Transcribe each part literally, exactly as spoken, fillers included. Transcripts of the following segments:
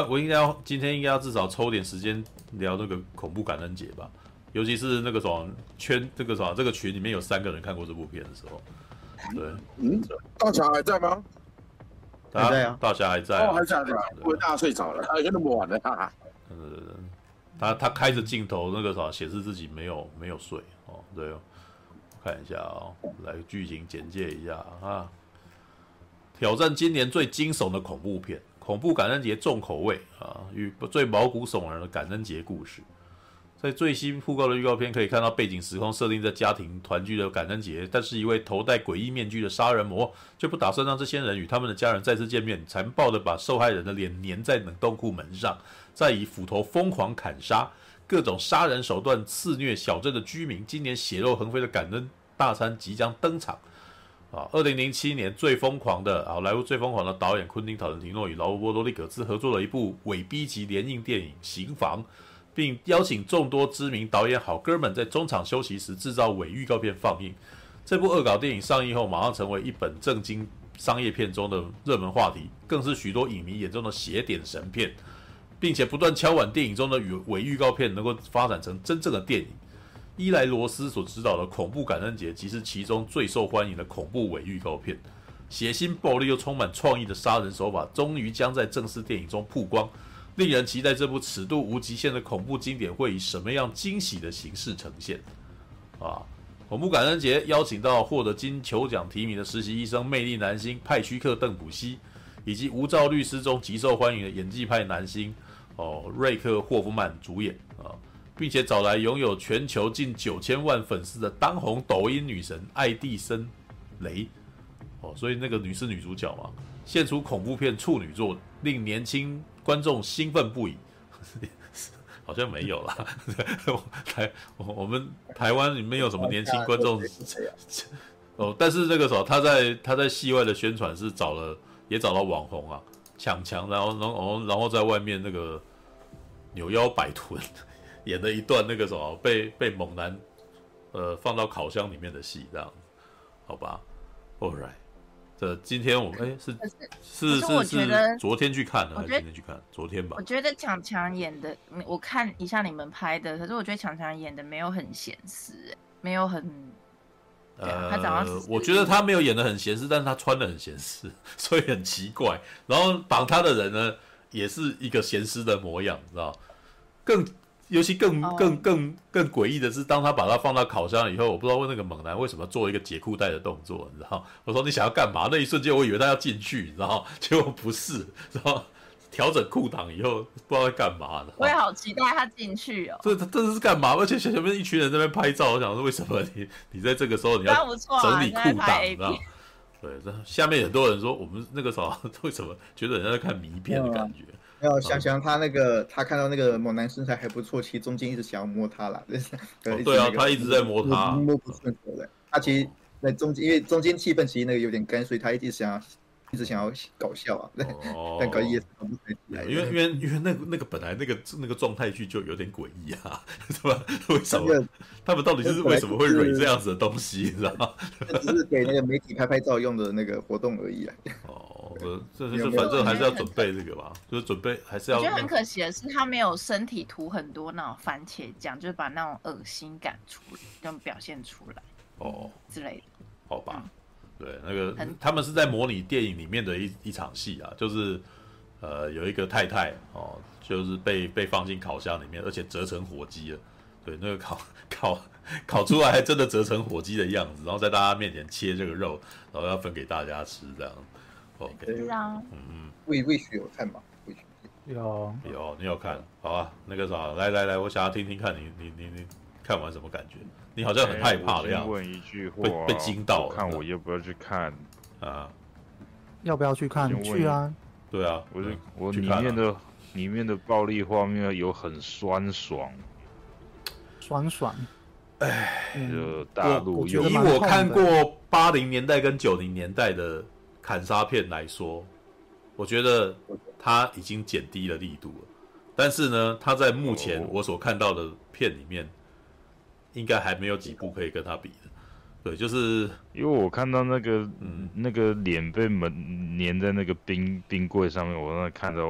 要我应该要今天应该要至少抽点时间聊那个恐怖感恩节吧，尤其是那个什么圈这个什么这个群里面有三个人看过这部片的时候，对， 嗯，大侠还在吗？ 还在啊，大侠还在、啊， 哦，还在的，不会大家睡着了，他已经那么晚了，哈哈。 呃，他他开着镜头那个啥显示自己没有没有睡哦，对哦，看一下哦，来剧情简介一下啊，挑战今年最惊悚的恐怖片，恐怖感恩节重口味啊，与最毛骨悚然的感恩节故事。在最新曝光的预告片可以看到，背景时空设定在家庭团聚的感恩节，但是一位头戴诡异面具的杀人魔却不打算让这些人与他们的家人再次见面，残暴地把受害人的脸粘在冷冻库门上，再以斧头疯狂砍杀，各种杀人手段肆虐小镇的居民。今年血肉横飞的感恩大餐即将登场。啊，二零零七年最疯狂的好莱坞最疯狂的导演昆汀·塔伦提诺与劳勃·罗里葛兹合作了一部伪 B 级联映电影《刑房》。并邀请众多知名导演好哥们在中场休息时制造伪预告片放映。这部恶搞电影上映后，马上成为一本正经商业片中的热门话题，更是许多影迷眼中的邪典神片，并且不断敲碗电影中的伪预告片能够发展成真正的电影。伊莱罗斯所执导的《恐怖感恩节》即是其中最受欢迎的恐怖伪预告片。血腥暴力又充满创意的杀人手法，终于将在正式电影中曝光。令人期待这部尺度无极限的恐怖经典会以什么样惊喜的形式呈现啊！恐怖感恩节邀请到获得金球奖提名的实习医生魅力男星派屈克·邓普西，以及无照律师中极受欢迎的演技派男星哦瑞克·霍夫曼主演啊，并且找来拥有全球近九千万粉丝的当红抖音女神艾蒂森雷哦，所以那个女是女主角嘛，献出恐怖片处女作，令年轻观众兴奋不已，好像没有啦。台我们台湾里面有什么年轻观众？哦，但是那个时候他在他在戏外的宣传是找了也找到网红啊，抢强，然后然后然后在外面那个扭腰摆臀，演了一段那个什么被被猛男呃放到烤箱里面的戏，这样，好吧 ，All right。这今天我们哎是是是是昨天去看的还是今天去看？昨天吧。 我觉得强强演的，我看一下你们拍的，可是我觉得强强演的没有很咸湿，没有很。 呃，他长得我觉得他没有演的很咸湿，但是他穿的很咸湿，所以很奇怪。然后绑他的人呢，也是一个咸湿的模样，你知道？更。尤其更更更更诡异的是，当他把它放到烤箱以后，我不知道问那个猛男为什么做一个解裤带的动作，你知道？我说你想要干嘛？那一瞬间我以为他要进去，你知道？结果不是，然后调整裤裆以后不知道在干嘛。 我也好期待他进去哦。 这这是干嘛？而且前面一群人在那边拍照，我想说为什么你你在这个时候你要整理裤裆，你知道？对，下面很多人说我们那个时候为什么觉得人家在看迷片的感觉？ 没有，想想他那个，他看到那个猛男身材还不错，其实中间一直想要摸他啦。 哦、对啊，他一直在摸他， 摸不顺手的。他其实在中间，因为中间气氛其实那个有点干，所以他一直想要，一直想要搞笑啊。哦、但搞也是搞不出来。 因为因为因为那个那个本来那个那个状态剧就有点诡异啊，是吧？为什么他们到底是为什么会蕊这样子的东西，你知道吗？ 只是给那个媒体拍拍照用的那个活动而已啊。 哦。这这反正还是要准备这个吧，就是准备还是要。 我觉得很可惜的是，他没有身体涂很多那种番茄酱，就是把那种恶心感出来，就表现出来哦之类的。 好吧，嗯、对，那个他们是在模拟电影里面的一一场戏啊，就是呃有一个太太哦，就是被被放进烤箱里面，而且折成火鸡了。对，那个烤烤烤出来还真的折成火鸡的样子，然后在大家面前切这个肉，然后要分给大家吃这样。OK， 是啊， 嗯嗯， 魏魏许有看吗？魏许有有，你有看？好啊，那个啥，来来来，我想要听听看你你你你看完什么感觉？你好像很害怕的样子。 我问一句话， 被被惊到了， 看我要不要去看啊？ 要不要去看？去啊！ 对啊， 我是我里面的、啊、里面的暴力画面有很酸爽， 酸爽。 哎， 就大陆以我看过八零年代跟九零年代的砍杀片来说，我觉得他已经减低了力度了。但是呢，他在目前我所看到的片里面，应该还没有几部可以跟他比的。对，就是因为我看到那个、嗯、那个脸被门粘在那个冰冰柜上面，我那看到哦，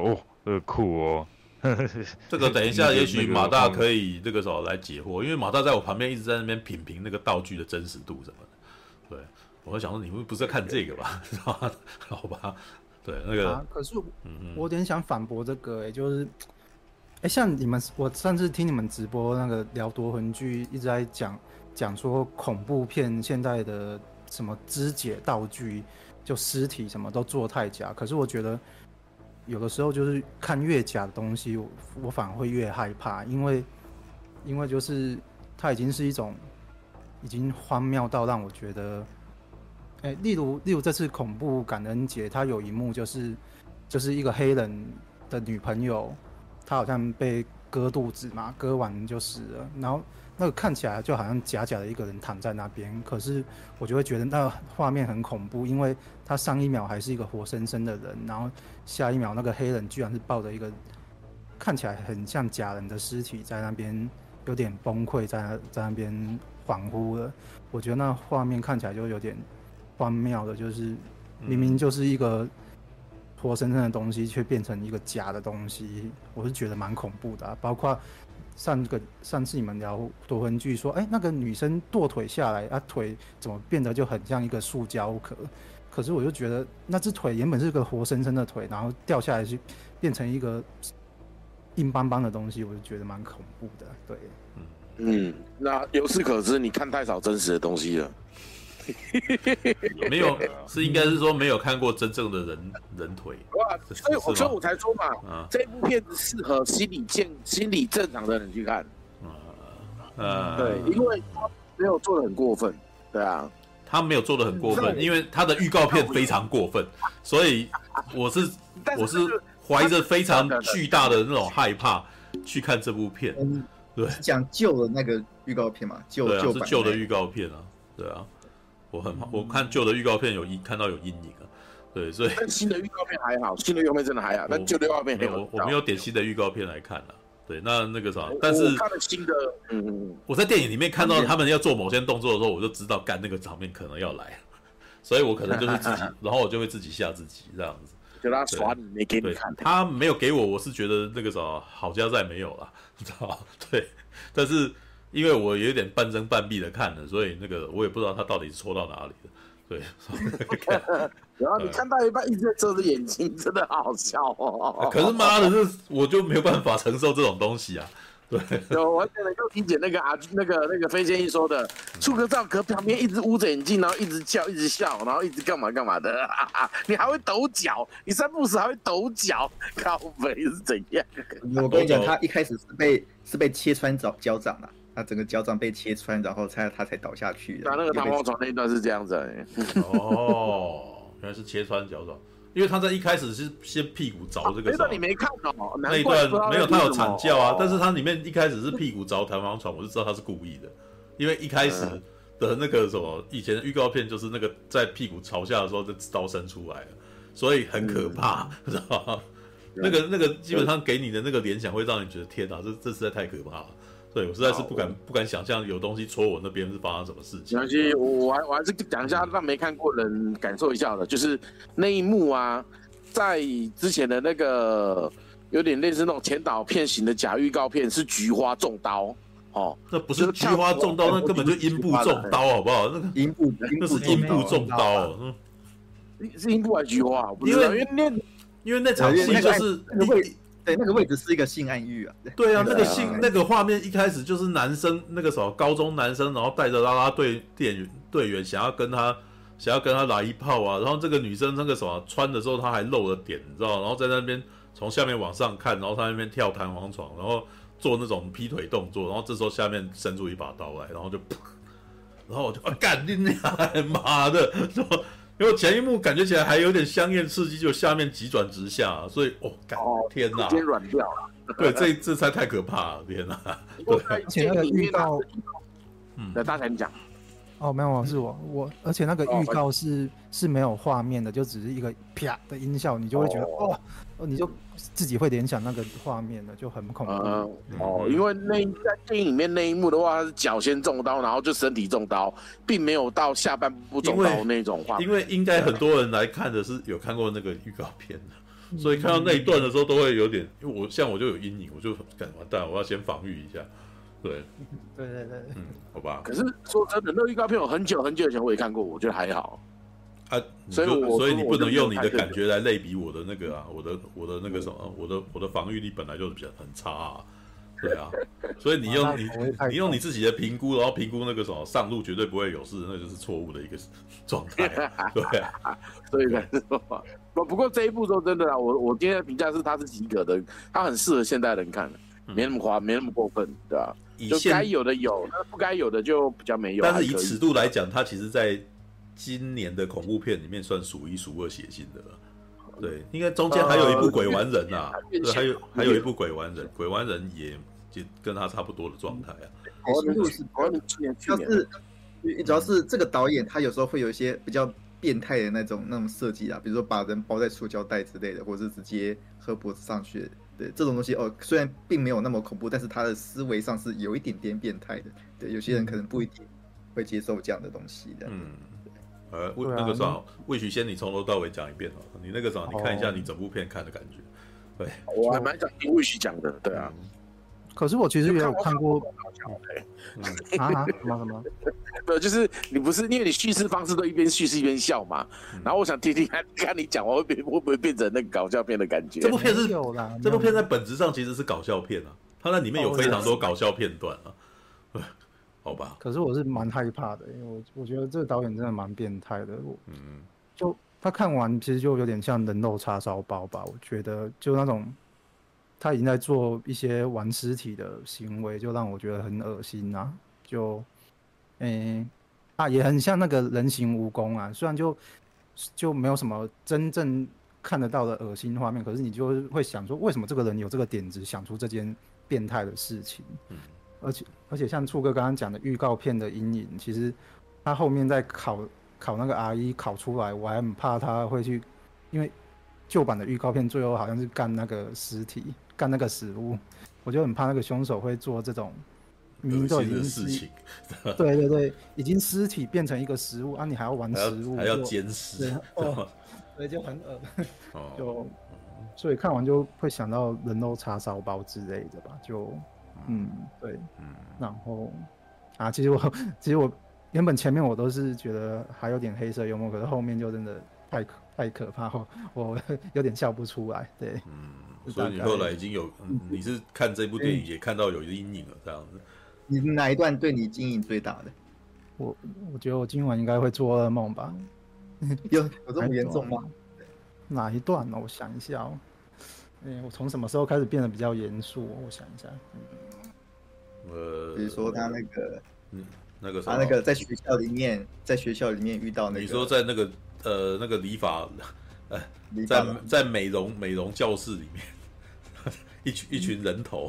这个酷哦。 这个等一下，也许马大可以这个时候来解惑，因为马大在我旁边一直在那边品评那个道具的真实度什么的。对，我会想说你们不是在看这个吧？是吧？好吧，对，那个。 啊、可是我有点想反驳这个、欸，就是，哎、欸，像你们，我上次听你们直播那个聊夺魂剧，一直在讲讲说恐怖片现在的什么肢解道具，就尸体什么都做太假。可是我觉得。有的时候就是看越假的东西，我我反而会越害怕，因为因为就是它已经是一种已经荒谬到让我觉得，哎、欸，例如例如这次恐怖感恩节，它有一幕就是就是一个黑人的女朋友，她好像被割肚子嘛，割完就死了，然后那个看起来就好像假假的一个人躺在那边，可是我就会觉得那个画面很恐怖，因为他上一秒还是一个活生生的人，然后下一秒那个黑人居然是抱着一个看起来很像假人的尸体在那边有点崩溃，在在那边恍惚了。我觉得那画面看起来就有点荒谬的，就是明明就是一个活生生的东西，却变成一个假的东西，我是觉得蛮恐怖的、啊。包括上个上次你们聊夺魂剧说，哎、欸，那个女生剁腿下来，啊，腿怎么变得就很像一个塑胶壳？可是我就觉得那只腿原本是个活生生的腿，然后掉下来就变成一个硬邦邦的东西，我就觉得蛮恐怖的。对， 嗯，那由此可知，你看太少真实的东西了。 没有，是应该是说没有看过真正的人人腿。 哇，所以所以我才说嘛， 啊、 这部片子适合心理健、心理正常的人去看。 啊，啊对，因为他没有做的很过分，对啊。 他没有做的很过分，因为他的预告片非常过分，所以我是我是怀着非常巨大的那种害怕去看这部片。对， 讲旧的那个预告片嘛，旧对啊， 旧是旧的预告片啊，对啊，我很我看旧的预告片有阴看到有阴影啊，对，所以但新的预告片还好，新的预告片真的还好，但旧的预告片很我我没有点新的预告片来看啊。对，那那个啥，但是我看了新的，嗯， 我在电影里面看到他们要做某些动作的时候，我就知道干那个场面可能要来，所以我可能就是自己，然后我就会自己吓自己这样子。 就他耍你没给你看， 他没有给我，我是觉得那个啥好家在没有啦，你知道吗？对，但是因为我有点半睁半闭的看了，所以那个我也不知道他到底是戳到哪里了。对， 然后你看到一半一直在遮着眼睛，真的好笑哦。 可是妈的，这我就没有办法承受这种东西啊。对， 我完全能够理解那个啊，那个那个飞仙一说的，出个照可旁边一直捂着眼睛，然后一直叫，一直笑，然后一直干嘛干嘛的，哈哈，你还会抖脚，你三不时还会抖脚，靠北是怎样？ 我跟你讲，他一开始是被是被切穿脚脚掌的。他整个脚掌被切穿，然后才他才倒下去的。 那那个弹簧床那一段是这样子、欸。 哦，原来是切穿脚掌，因为他在一开始是先屁股着这个。 那段你没看哦？ 那一段没有，他有惨叫啊，但是他里面一开始是屁股着弹簧床，我就知道他是故意的，因为一开始的那个什么，以前的预告片就是那个在屁股朝下的时候，这刀伸出来了，所以很可怕，嗯、知道吗？那个那个基本上给你的那个联想会让你觉得天哪，这这实在太可怕了。对，我实在是不敢不敢想象有东西戳我那边是发生什么事情。 没关系，我还我还是讲一下，让没看过的人感受一下的，就是那一幕啊，在之前的那个有点类似那种前导片型的假预告片，是菊花中刀哦， 那不是菊花中刀，那根本就阴部中刀，好不好？那个阴部那是阴部中刀，嗯， 是阴部还是菊花？我不知道，因为那因为那场戏就是对，那个位置是一个性暗喻啊。 对啊，那个性那个画面一开始就是男生那个什么高中男生，然后带着啦啦队店员队员想要跟他想要跟他来一炮啊，然后这个女生那个什么穿的时候她还露了点，你知道，然后在那边从下面往上看，然后她那边跳弹簧床，然后做那种劈腿动作，然后这时候下面伸出一把刀来，然后就，然后我就啊干你娘妈的！因为前一幕感觉起来还有点香艳刺激，就下面急转直下，所以哦，干天哪， 直接软掉了。 对，这这才太可怕了，天哪！对， 而且那个预告， 嗯，对，大才你讲。 哦，没有，是我我，而且那个预告是、哦、是没有画面的，就只是一个啪的音效，你就会觉得哦，哦，你就自己会联想那个画面的，就很恐怖。 呃、哦，因为那在电影里面那一幕的话，是脚先中刀，然后就身体中刀，并没有到下半部中刀那种画面。 因为应该很多人来看的是有看过那个预告片的。 所以看到那一段的时候都会有点，因为我像我就有阴影，我就干完蛋，我要先防御一下。对， 对对对， 嗯，好吧。 可是说真的，那个预告片我很久很久以前我也看过，我觉得还好。 啊， 所以我所以你不能用你的我就感觉来类比我的那个啊，我的我的那个什么，我的我的防御力本来就比较很差啊，对啊，所以你用你你用你自己的评估，然后评估那个什么上路绝对不会有事，那就是错误的一个状态，对啊， 所以才说嘛。不不过这一部说真的啊，我我今天的评价是它是及格的，它很适合现代人看，没那么花，没那么过分，对吧？就该有的有，但不该有的就比较没有。 但是以尺度来讲，它其实在今年的恐怖片里面算数一数二血腥的了。对，应该中间还有一部《鬼玩人》啊，对，还有还有一部《鬼玩人》，《鬼玩人》也也跟他差不多的状态啊。 尺度是，去年去年， 主要是这个导演他有时候会有一些比较变态的那种那种设计啊，比如说把人包在塑胶袋之类的，或者是直接喝脖子上去。对这种东西哦，虽然并没有那么恐怖，但是他的思维上是有一点点变态的。对，有些人可能不一定会接受这样的东西的。 嗯。呃，那个啥，魏许先你从头到尾讲一遍哦。你那个啥，你看一下你整部片看的感觉。对， 我还蛮想听魏许讲的，对啊。 可是我其实也有看过。 嗯啊？什么什么？ 对，就是你不是因为你叙事方式都一边叙事一边笑嘛，然后我想听听看，看你讲完会变会不会变成那个搞笑片的感觉？ 这部片是有啦， 这部片在本质上其实是搞笑片啊，它在里面有非常多搞笑片段啊。好吧， 可是我是蛮害怕的，因为我我觉得这个导演真的蛮变态的。我嗯， 就他看完其实就有点像人肉叉烧包吧，我觉得就那种他已经在做一些玩尸体的行为，就让我觉得很恶心啊。就，诶、欸、啊，也很像那个人形蜈蚣啊，虽然就就没有什么真正看得到的恶心画面，可是你就会想说，为什么这个人有这个点子想出这件变态的事情？嗯。而且而且像处哥刚刚讲的预告片的阴影，其实他后面在考考那个 R 一考出来，我还很怕他会去，因为旧版的预告片最后好像是干那个尸体，干那个食物，我就很怕那个凶手会做这种明明都已经事情， 对对对，已经尸体变成一个食物啊，你还要玩食物， 还要煎食， 哦，对，就很恶，就所以看完就会想到人肉叉烧包之类的吧，就。嗯，对，嗯，然后啊，其实我其实我原本前面我都是觉得还有点黑色幽默，可是后面就真的太可太可怕，我我有点笑不出来。对， 嗯，所以你后来已经有，嗯、你是看这部电影也看到有阴影了，这样子。 你哪一段对你阴影最大的？ 我我觉得我今晚应该会做噩梦吧。 有有这么严重吗？ 哪一段呢？我想一下哦。嗯，我从什么时候开始变得比较严肃？我想一下。嗯呃， 比如说他那个， 嗯，那个他那个在学校里面，在学校里面遇到那个， 你说在那个呃那个理发，呃，在在美容美容教室里面，一群一群人头。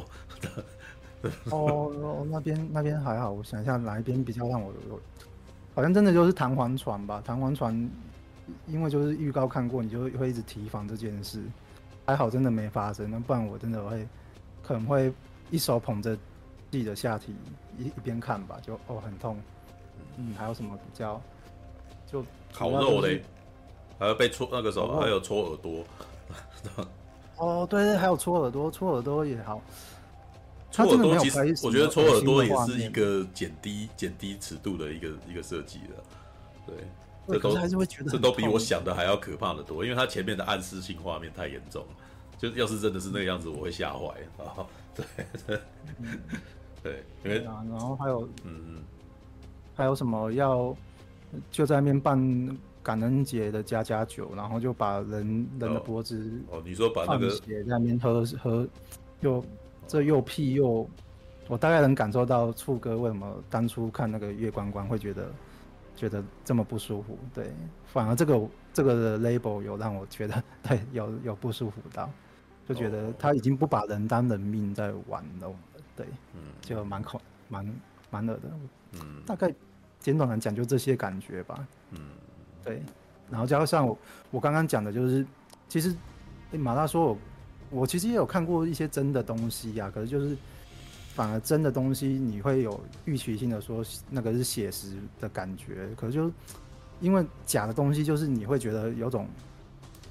哦，那边那边还好，我想一下哪一边比较让我有，好像真的就是弹簧床吧，弹簧床，因为就是预告看过，你就会一直提防这件事，还好真的没发生，那不然我真的会可能会一手捧着自己的下体一一边看吧，就哦很痛，嗯，还有什么比较就烤肉嘞，还要被戳那个什么，还有戳耳朵。 哦，对对，还有戳耳朵，戳耳朵也好。 戳耳朵其实我觉得戳耳朵也是一个减低减低尺度的一个一个设计的，对，这都还是会觉得这都比我想的还要可怕的多，因为它前面的暗示性画面太严重了，就要是真的是那个样子，我会吓坏啊！对对对，因为啊，然后还有嗯， 还有什么要就在那边办感恩节的加加酒，然后就把人人的脖子哦，你说把那个血在那边喝喝，又这又屁又，我大概能感受到处哥为什么当初看那个月光光会觉得觉得这么不舒服，对，反而这个这个的 label 有让我觉得对有有不舒服到，就觉得他已经不把人当人命在玩了，对，嗯，就蛮恐蛮蛮恶的，嗯，大概简短来讲就这些感觉吧，嗯，对，然后加上我我刚刚讲的就是，其实、欸、马大说我。我其实也有看过一些真的东西啊，可是就是反而真的东西你会有预期性的说那个是写实的感觉，可是就因为假的东西就是你会觉得有种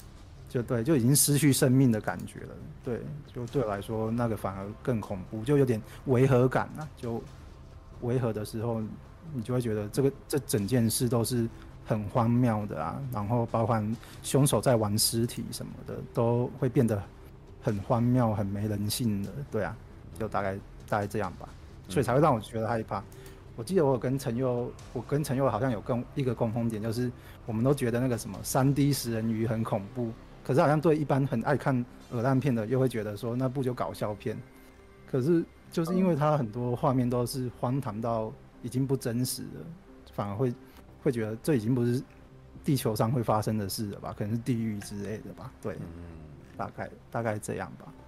就对，就已经失去生命的感觉了。对，就对我来说，那个反而更恐怖，就有点违和感啊。就违和的时候，你就会觉得这个这整件事都是很荒谬的啊。然后包含凶手在玩尸体什么的，都会变得很荒谬、很没人性的。对啊，就大概大概这样吧，所以才会让我觉得害怕。我记得我跟陈佑，我跟陈佑好像有共一个共同点，就是我们都觉得那个什么三 D 食人鱼很恐怖。可是好像对一般很爱看恶烂片的，又会觉得说那部就搞笑片。可是就是因为它很多画面都是荒唐到已经不真实了，反而会会觉得这已经不是地球上会发生的事了吧？可能是地狱之类的吧？对，嗯、大概大概这样吧。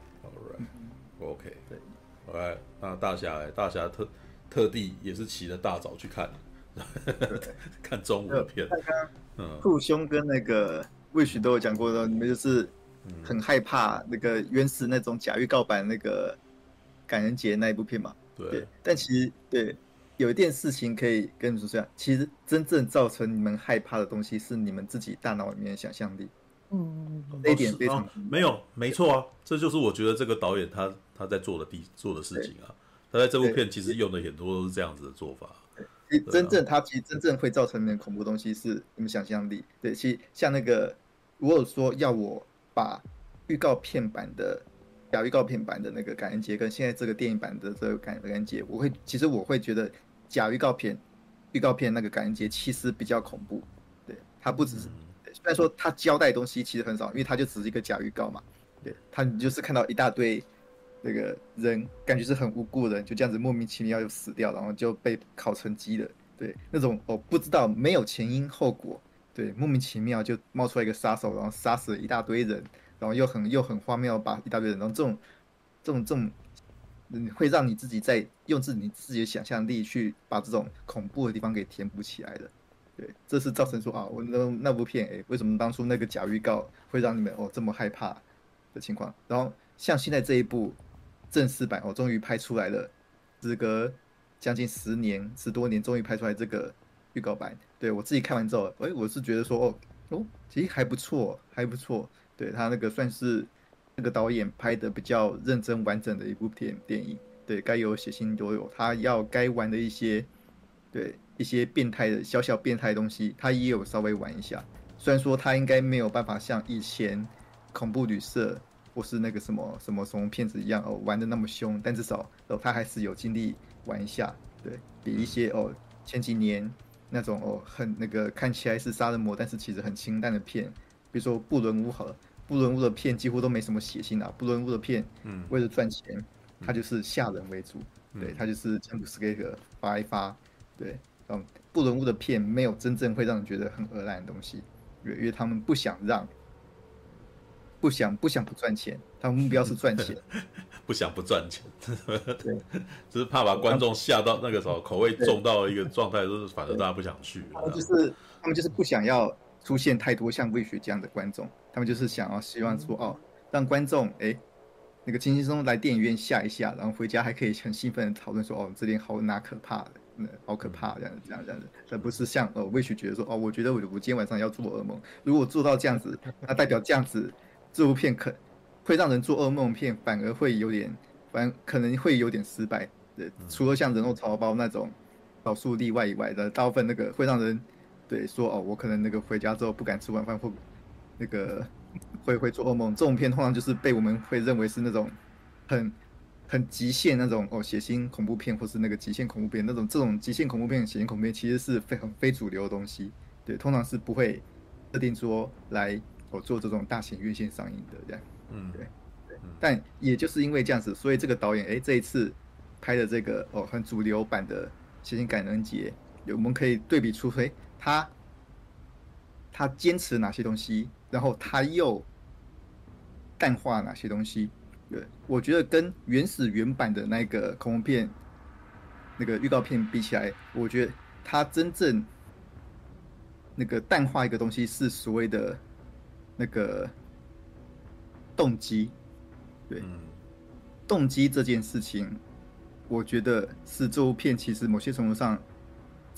All right, OK， 对 ，All right，那大侠哎，大侠特特地也是起了大早去看，看中午的片。 嗯，酷兄跟那个。魏许都有讲过的，你们就是很害怕那个原始那种假预告版那个感人节那一部片嘛。 对。 对但其实对有一件事情可以跟你们说一下，其实真正造成你们害怕的东西是你们自己大脑里面的想象力。嗯，这一点非常、 哦哦、没有没错啊，这就是我觉得这个导演他他在做的地做的事情啊。他在这部片其实用的很多都是这样子的做法。 其实真正它其实真正会造成你们恐怖的东西是你们想象力。对，其实像那个，如果说要我把预告片版的假预告片版的那个感恩节跟现在这个电影版的这个感恩节，我会其实我会觉得假预告片预告片那个感恩节其实比较恐怖。对，它不只是虽然说它交代的东西其实很少，因为它就只是一个假预告嘛。对，它你就是看到一大堆。那个人感觉是很无辜的人，就这样子莫名其妙就死掉，然后就被烤成鸡了。对，那种哦不知道没有前因后果，对，莫名其妙就冒出来一个杀手，然后杀死了一大堆人，然后又很又很荒谬把一大堆人，然后这种这种这种，嗯，会让你自己在用自己自己的想象力去把这种恐怖的地方给填补起来的。对，这是造成说啊，我那那部片，哎，为什么当初那个假预告会让你们哦这么害怕的情况？然后像现在这一部。正式版哦，终于拍出来了，时隔将近十年、十多年，终于拍出来这个预告版。对我自己看完之后，哎，我是觉得说，哦哦，其实还不错，还不错。对他那个算是那个导演拍的比较认真完整的一部电电影。对，该有血腥都有，他要该玩的一些，对一些变态的小小变态的东西，他也有稍微玩一下。虽然说他应该没有办法像以前恐怖旅社。或是那个什么什么什么片子一样哦，玩的那么凶，但至少哦他还是有尽力玩一下，对比一些哦前几年那种哦很那个看起来是杀人魔，但是其实很清淡的片，比如说布伦屋好了，布伦屋的片几乎都没什么血腥啊，布伦屋的片，嗯，为了赚钱，它就是吓人为主，嗯、对，它就是詹姆斯给个发一发，对，嗯，布伦屋的片没有真正会让人觉得很恶烂的东西，因为因为他们不想让。不想不想不赚钱，他们目标是赚钱， 不想不赚钱，对，只是怕把观众吓到那个时候口味重到一个状态，就是反正大家不想去。 他们就是他们就是不想要出现太多像魏雪这样的观众，他们就是想要希望说哦，让观众哎那个轻轻松松来电影院吓一吓，然后回家还可以很兴奋的讨论说哦这里好哪可怕的，嗯好可怕这样这样这样子，而不是像呃魏雪觉得说哦我觉得我我今天晚上要做噩梦，如果做到这样子，那代表这样子。这部片可会让人做噩梦片，反而会有点，反可能会有点失败。对，除了像人肉草包那种少数例外以外的，大部分那个会让人对说哦，我可能那个回家之后不敢吃晚饭，或那个会会做噩梦。这种片通常就是被我们会认为是那种很很极限那种哦血腥恐怖片，或是那个极限恐怖片那种这种极限恐怖片、血腥恐怖片其实是非很非主流的东西。对，通常是不会设定说来。我做这种大型院线上映的这样，嗯，对，对，但也就是因为这样子，所以这个导演哎这一次拍的这个哦很主流版的血腥感人节，我们可以对比出，哎，他他坚持哪些东西，然后他又淡化哪些东西？对，我觉得跟原始原版的那个恐怖片那个预告片比起来，我觉得他真正那个淡化一个东西是所谓的。那个动机，对，嗯、动机这件事情，我觉得是这部片其实某些程度上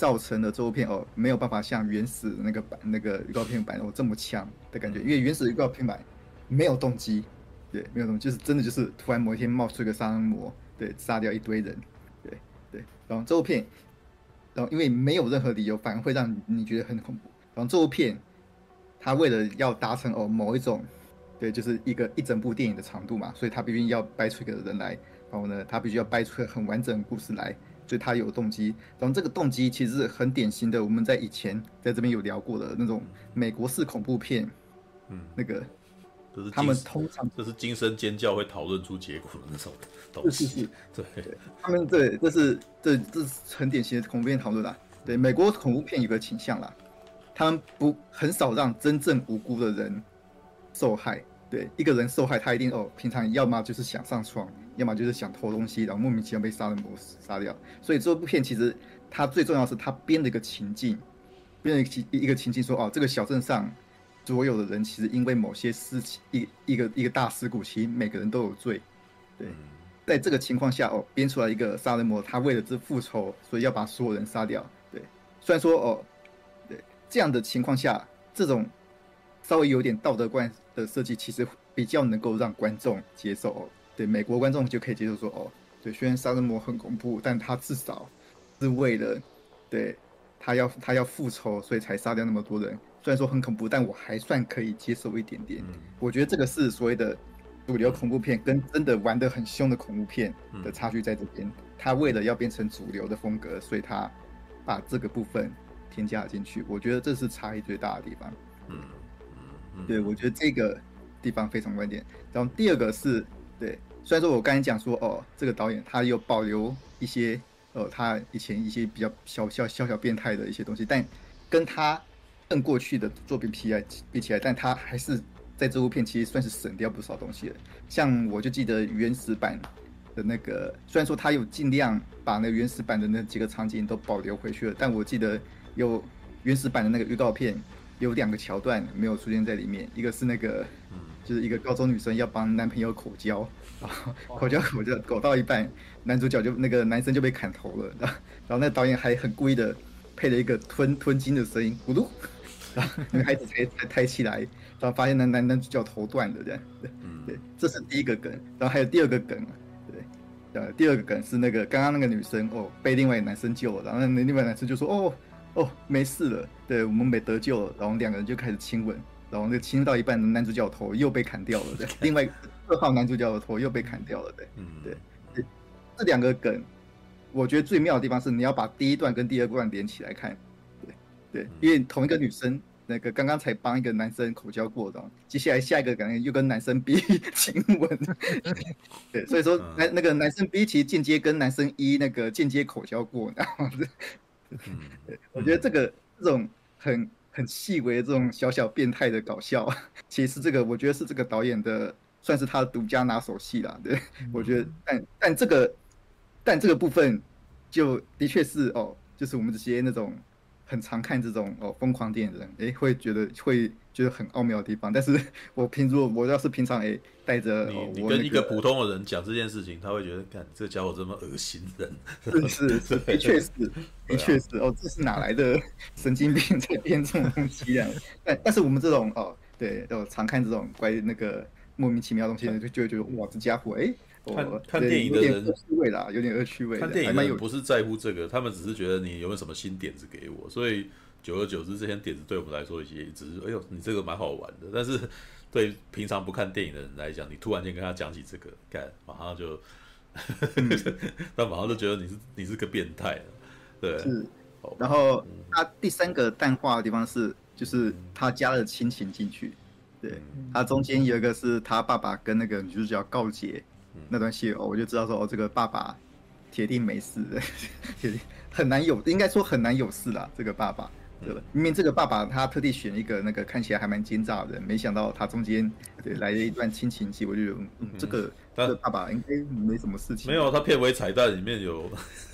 造成了这部片哦没有办法像原始的那个版那个预告片版哦这么强的感觉，因为原始的预告片版没有动机，对，没有动机，就是真的就是突然某一天冒出一个杀人魔，对，杀掉一堆人，对对，然后这部片，然后因为没有任何理由，反而会让你觉得很恐怖。然后这部片，它为了要达成哦某一种，对，就是一个一整部电影的长度嘛，所以它必须要掰出一个人来，然后呢，它必须要掰出一个很完整的故事来。所以他有动机，然后这个动机其实是很典型的，我们在以前在这边有聊过的那种美国式恐怖片，嗯，那个， 就是他们通常这是惊声尖叫会讨论出结果的那种东西， 是是是， 对， 对他们对，这是这这是很典型的恐怖片讨论啦。对，美国恐怖片有个倾向啦，他们不很少让真正无辜的人受害。对，一个人受害，他一定哦，平常要么就是想上床，要么就是想偷东西，然后莫名其妙被杀人魔杀掉。所以这部片其实它最重要的是它编了一个情境，编了一个一个情境说哦，这个小镇上所有的人其实因为某些事情，一一个一个大事故，其实每个人都有罪。对，在这个情况下哦，编出来一个杀人魔，他为了这复仇，所以要把所有人杀掉。对，虽然说哦，对这样的情况下，这种稍微有点道德观的设计，其实比较能够让观众接受。哦、对，美国观众就可以接受说，哦，对，虽然杀人魔很恐怖，但他至少是为了，对他要他要复仇，所以才杀掉那么多人。虽然说很恐怖，但我还算可以接受一点点。嗯、我觉得这个是所谓的主流恐怖片跟真的玩得很凶的恐怖片的差距在这边。他为了要变成主流的风格，所以他把这个部分添加了进去。我觉得这是差异最大的地方。嗯。对，我觉得这个地方非常关键。然后第二个是，对，虽然说我刚才讲说，哦，这个导演他有保留一些，呃，他以前一些比较小小小小变态的一些东西，但跟他更过去的作品比起来，比起来，但他还是在这部片其实算是省掉不少东西了。像我就记得原始版的那个，虽然说他有尽量把那个原始版的那几个场景都保留回去了，但我记得有原始版的那个预告片。有两个桥段没有出现在里面，一个是那个，就是一个高中女生要帮男朋友口交，然后口交口交口到一半，男主角就那个男生就被砍头了，然后然后那个导演还很故意的配了一个吞吞金的声音，咕噜，然后女孩子才才抬起来，然后发现男男男主角头断了这样，对对，这是第一个梗，然后还有第二个梗，对，呃，第二个梗是那个刚刚那个女生哦被另外一个男生救了，然后那另外一个男生就说哦。哦，没事了，对我们没得救了，然后两个人就开始亲吻，然后那亲到一半，男主角头又被砍掉了，对，另外二号男主角的头又被砍掉了，对，对，对，这两个梗，我觉得最妙的地方是你要把第一段跟第二段连起来看，对，对，因为同一个女生，那个刚刚才帮一个男生口交过的，接下来下一个可能又跟男生 B 亲吻，对，所以说那那个男生 B 其实间接跟男生 E 那个间接口交过，然后。嗯，对，我觉得这个这种很很细微的这种小小变态的搞笑，其实这个我觉得是这个导演的算是他的独家拿手戏啦。对，我觉得，但但这个但这个部分就的确是哦，就是我们这些那种很常看这种哦疯狂电影的人，哎，会觉得会觉得很奥妙的地方。但是我平如果我要是平常哎带着你、 哦、 你跟一个普通的人讲这件事情，他会觉得，看这家伙这么恶心人， 是是是，的确是，的确是哦，这是哪来的神经病在编这种东西啊？但但是我们这种哦，对，哦常看这种关于那个莫名其妙的东西，就就会觉得哇，这家伙哎。 看看电影的人， 有点恶趣味啦，有点恶趣味。 看电影的人不是在乎这个，他们只是觉得你有没有什么新点子给我。所以久而久之，这些点子对我们来说也只是，哎呦，你这个蛮好玩的。但是对平常不看电影的人来讲，你突然间跟他讲起这个，干马上就，他马上就觉得你是你是个变态，对。 是。然后他第三个淡化的地方是，就是他加了亲情进去。对，他中间有一个是他爸爸跟那个女主角告解那段戏，哦，我就知道说哦，这个爸爸铁定没事的，铁定很难有，应该说很难有事啦。这个爸爸，对吧？明明这个爸爸他特地选一个那个看起来还蛮奸诈的人，没想到他中间对来了一段亲情戏，我就觉得、嗯、这个这个爸爸应该没什么事情。 没有，他片尾彩蛋里面有。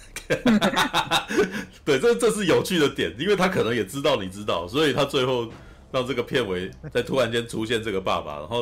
对，这这是有趣的点，因为他可能也知道你知道，所以他最后让这个片尾再突然间出现这个爸爸，然后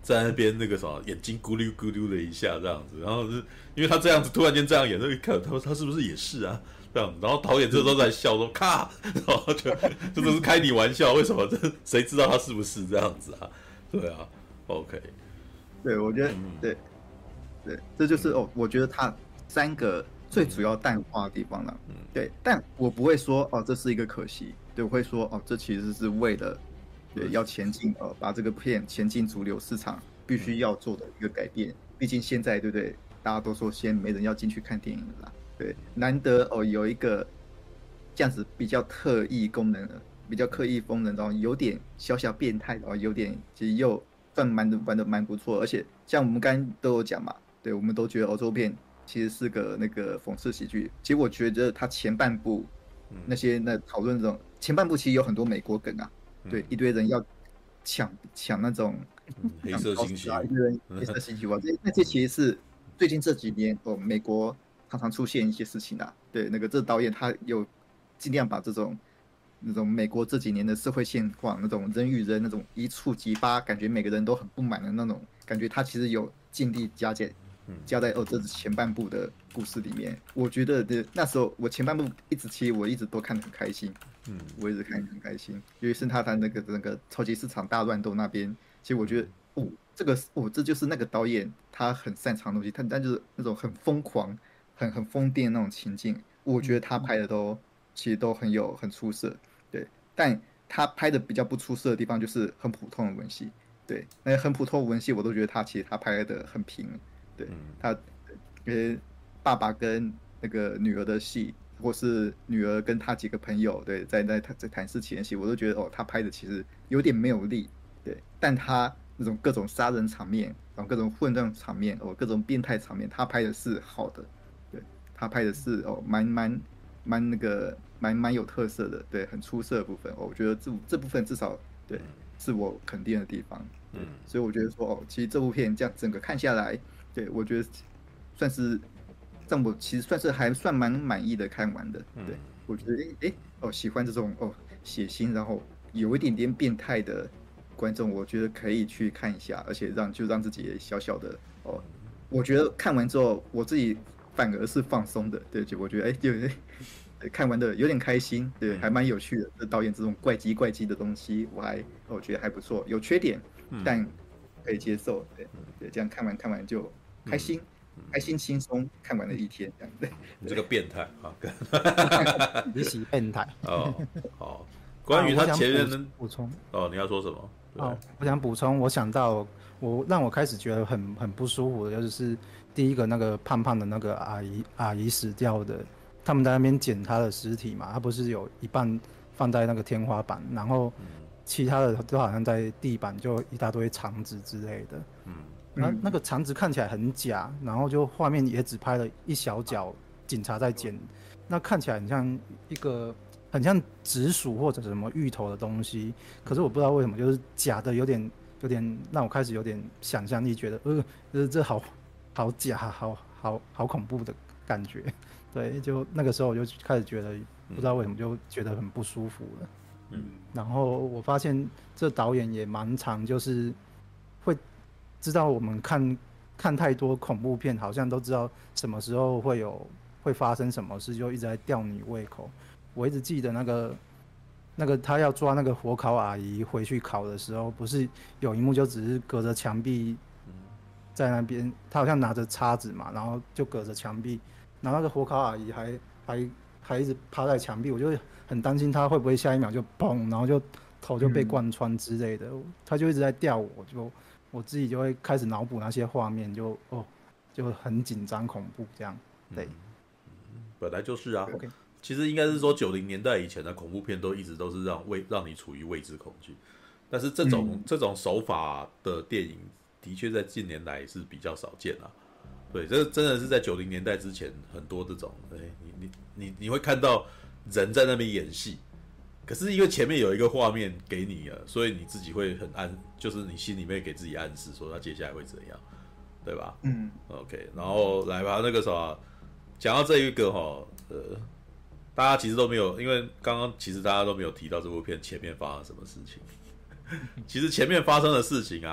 在那边那个什么眼睛咕噜咕噜的一下这样子，然后是因为他这样子突然间这样演，就看他说他是不是也是啊这样子，然后导演这时候在笑说咔，然后就这都是开你玩笑，为什么这谁知道他是不是这样子啊？对啊 ，OK， 对，我觉得、嗯、对对，这就是哦，我觉得他三个最主要淡化的地方了，嗯，对，但我不会说哦这是一个可惜，对，我会说哦这其实是为了。对，要前进呃，把这个片前进主流市场必须要做的一个改变。毕竟现在对不对？大家都说现在没人要进去看电影了啦。对，难得哦有一个这样子比较特异功能的，比较刻意功能，然后有点小小变态，然后有点其实又算蛮的玩的蛮不错。而且像我们刚刚都有讲嘛，对，我们都觉得欧洲片其实是个那个讽刺喜剧。其实我觉得它前半部那些那讨论这种前半部其实有很多美国梗啊。对，一堆人要抢抢那种、 嗯、黑色星期五， 一堆人黑色星期五，这那这其实是最近这几年哦，美国常常出现一些事情啊。对，那个这导演他有尽量把这种那种美国这几年的社会现况，那种人与人那种一触即发，感觉每个人都很不满的那种感觉，他其实有尽力加减加在哦这前半部的故事里面。我觉得的那时候我前半部一直其实我一直都看得很开心。嗯，我一直看很开心，尤其是他谈那个那个超级市场大乱斗那边，其实我觉得哦，这个哦，这就是那个导演他很擅长的东西，他但就是那种很疯狂、很很疯癫的那种情境，我觉得他拍的都其实都很有很出色，对。但他拍的比较不出色的地方就是很普通的文戏，对，那很普通的文戏我都觉得他其实他拍的很平，对他，呃，爸爸跟那个女儿的戏。或是女儿跟他几个朋友，对，在在在谈事情的戏，我都觉得哦，他拍的其实有点没有力，对，但他那种各种杀人场面，然后各种混乱场面，哦，各种变态场面，他拍的是好的，对，他拍的是哦，蛮蛮蛮那个蛮蛮有特色的，对，很出色的部分，哦，我觉得这这部分至少对是我肯定的地方，对，所以我觉得说哦，其实这部片这样整个看下来，对我觉得算是。但我其实算是还算蛮满意的看完的，对、嗯、我觉得哎哎哦喜欢这种哦血腥然后有一点点变态的观众，我觉得可以去看一下，而且让就让自己小小的哦，我觉得看完之后我自己反而是放松的，对，就我觉得哎就看完的有点开心，对，还蛮有趣的。这导演这种怪鸡怪鸡的东西，我还我觉得还不错，有缺点，但可以接受，对对，这样看完看完就开心。嗯开心轻松看完了一天，这样子。 你这个变态啊！ 你喜变态哦，好。关于他前面的补充哦，你要说什么？ 哦，我想补充，我想到我让我开始觉得很很不舒服的，就是第一个那个胖胖的那个阿姨阿姨死掉的，他们在那边捡她的尸体嘛，她不是有一半放在那个天花板，然后其他的都好像在地板，就一大堆肠子之类的。嗯。那那个肠子看起来很假，然后就画面也只拍了一小角，警察在捡，那看起来很像一个很像紫薯或者什么芋头的东西，可是我不知道为什么就是假的有点有点让我开始有点想象力，觉得呃这这好好假，好好好恐怖的感觉，对，就那个时候我就开始觉得不知道为什么就觉得很不舒服了，嗯，然后我发现这导演也蛮常就是会。知道我们看看太多恐怖片，好像都知道什么时候会有会发生什么事，就一直在吊你胃口。我一直记得那个那个他要抓那个火烤阿姨回去烤的时候，不是有一幕就只是隔着墙壁在那边，他好像拿着叉子嘛，然后就隔着墙壁，然后那个火烤阿姨还还还一直趴在墙壁，我就很担心他会不会下一秒就砰，然后就头就被贯穿之类的，嗯、他就一直在吊我，就。我自己就会开始脑补那些画面，就哦，就很紧张恐怖这样，对， 嗯，本来就是啊。 Okay. 其实应该是说九零年代以前的恐怖片都一直都是让未让你处于未知恐惧，但是这种、嗯、这种手法的电影的确在近年来是比较少见啊。对，这真的是在九零年代之前很多这种，哎，你你你你会看到人在那边演戏。可是因为前面有一个画面给你了，所以你自己会很暗，就是你心里面给自己暗示说他接下来会怎样，对吧？嗯 ，OK， 然后来吧，那个什么，讲到这一个哈，呃，大家其实都没有，因为刚刚其实大家都没有提到这部片前面发生什么事情。其实前面发生的事情啊，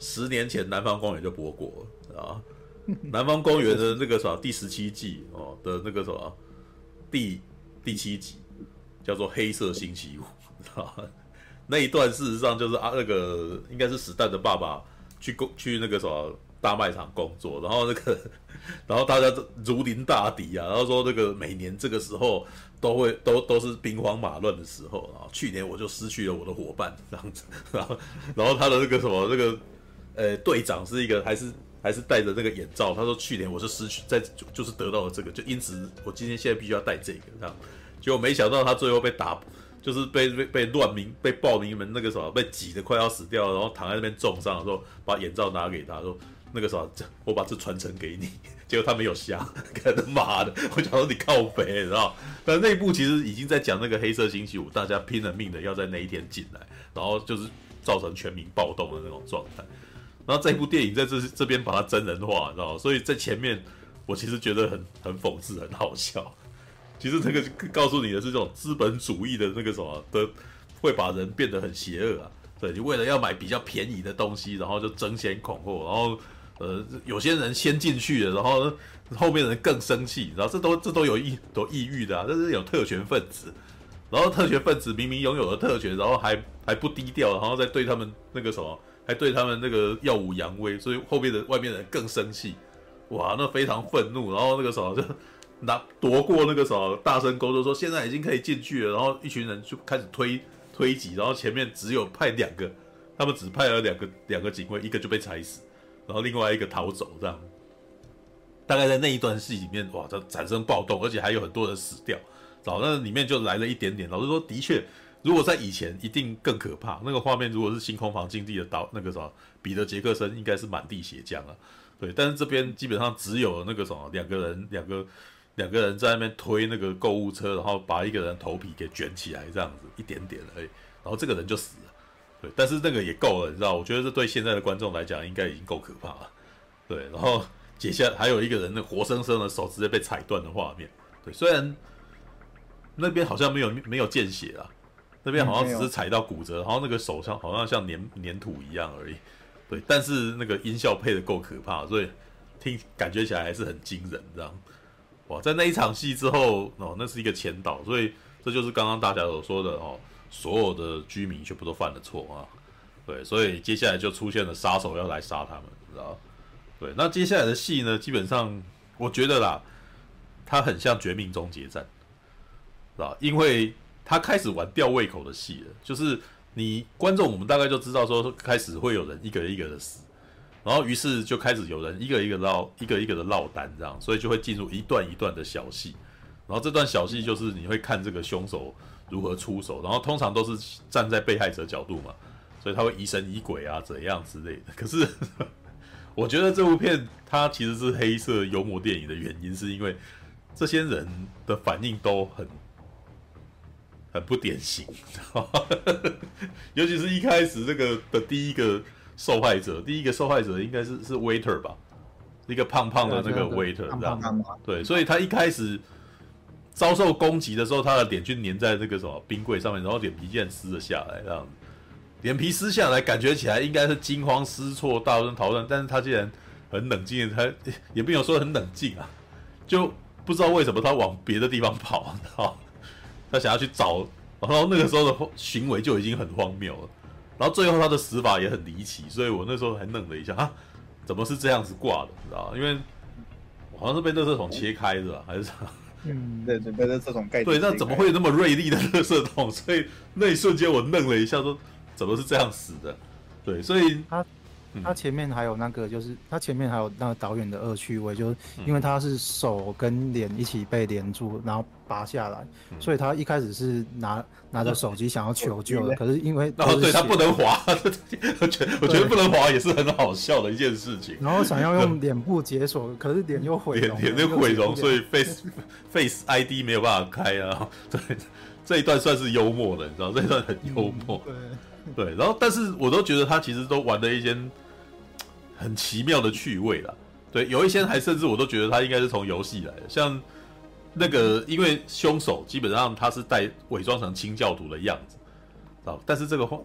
十年前南方公园就播过了啊。南方公园的那个什么第十七季哦的那个什么第第七集叫做黑色星期五，知道吗？那一段事实上就是啊那个应该是史蛋的爸爸去工去那个什么大卖场工作，然后那个然后大家如临大敌啊，然后说那个每年这个时候都会都都是兵荒马乱的时候啊，去年我就失去了我的伙伴这样子，然后然后他的那个什么那个呃队长是一个还是。还是戴着那个眼罩，他说去年我是失去在就就是得到了这个，就因此我今天现在必须要戴这个这样，结果没想到他最后被打，就是被被被乱民被暴民们那个什么被挤得快要死掉了，然后躺在那边重伤的时候，把眼罩拿给他说那个什么，我把这传承给你，结果他没有瞎，干他妈的，我想说你靠北，你知道？但那一部其实已经在讲那个黑色星期五，大家拼了命的要在那一天进来，然后就是造成全民暴动的那种状态。然后这部电影在这这边把它真人化，你知道吗？所以在前面我其实觉得很很讽刺，很好笑。其实这个告诉你的是这种资本主义的那个什么的，会把人变得很邪恶啊。对，你为了要买比较便宜的东西，然后就争先恐后，然后呃有些人先进去了，然后后面人更生气，然后这都这都有抑有抑郁的啊，这是有特权分子。然后特权分子明明拥有了特权，然后还还不低调，然后再对他们那个什么。还对他们那个耀武扬威，所以后面的外面的人更生气，哇，那非常愤怒，然后那个什么就拿夺过那个什么大声沟通说现在已经可以进去了，然后一群人就开始推推挤，然后前面只有派两个，他们只派了两个两个警卫，一个就被踩死，然后另外一个逃走，这样，大概在那一段戏里面，哇，它产生暴动，而且还有很多人死掉，然后那里面就来了一点点，老实说，的确。如果在以前一定更可怕，那个画面如果是星空房境地的导那个什么彼得杰克森应该是满地血浆啊，对，但是这边基本上只有那个什么两个人两个两个人在那边推那个购物车，然后把一个人头皮给卷起来这样子一点点而已，然后这个人就死了，对，但是那个也够了，你知道，我觉得这对现在的观众来讲应该已经够可怕了，对，然后接下来还有一个人那活生生的手直接被踩断的画面，对，虽然那边好像没有没有见血啊。那边好像只是踩到骨折，然后那个手上好像像粘粘土一样而已，对，但是那个音效配的够可怕，所以听感觉起来还是很惊人，这样，哇，在那一场戏之后，哦，那是一个前导，所以这就是刚刚大家所说的哦，所有的居民全部都犯了错啊，对，所以接下来就出现了杀手要来杀他们，知道？对，那接下来的戏呢，基本上我觉得啦，它很像《绝命终结战》，知道？因为他开始玩吊胃口的戏了，就是你观众我们大概就知道说开始会有人一个一个的死，然后于是就开始有人一个一个落一个一个的落单这样，所以就会进入一段一段的小戏，然后这段小戏就是你会看这个凶手如何出手，然后通常都是站在被害者角度嘛，所以他会疑神疑鬼啊怎样之类的。可是我觉得这部片它其实是黑色幽默电影的原因，是因为这些人的反应都很。很不典型，尤其是一开始那个的第一个受害者，第一个受害者应该是是 waiter 吧，一个胖胖的那个 waiter 这样，对，所以他一开始遭受攻击的时候，他的脸就粘在那个什么冰柜上面，然后脸皮竟然撕了下来，这样，脸皮撕下来，感觉起来应该是惊慌失措、大声逃窜，但是他竟然很冷静，他也没有说很冷静啊，就不知道为什么他往别的地方跑，你知道。他想要去找，然后那个时候的行为就已经很荒谬了，然后最后他的死法也很离奇，所以我那时候还愣了一下，啊，怎么是这样子挂的？你知道吗？因为好像是被垃圾桶切开的，还是啥？ 嗯，对，被垃圾桶盖。 对，那怎么会有那么锐利的垃圾桶？所以那一瞬间我愣了一下，说怎么是这样死的？对，所以他他前面还有那个，就是他前面还有那个导演的恶趣味，就是因为他是手跟脸一起被连住，然后拔下来，所以他一开始是拿拿着手机想要求救的，可是因为哦，对他不能滑，我觉得我觉得不能滑也是很好笑的一件事情。 然后想要用脸部解锁，可是脸又毁容， 脸脸又毁容，所以 Face Face I D 没有办法开啊。对，这一段算是幽默的，你知道，这一段很幽默。 嗯、 对对，然后但是我都觉得他其实都玩了一些很奇妙的趣味啦。对，有一些还甚至我都觉得他应该是从游戏来的，像那个，因为凶手基本上他是带伪装成清教徒的样子，知道？但是这个这种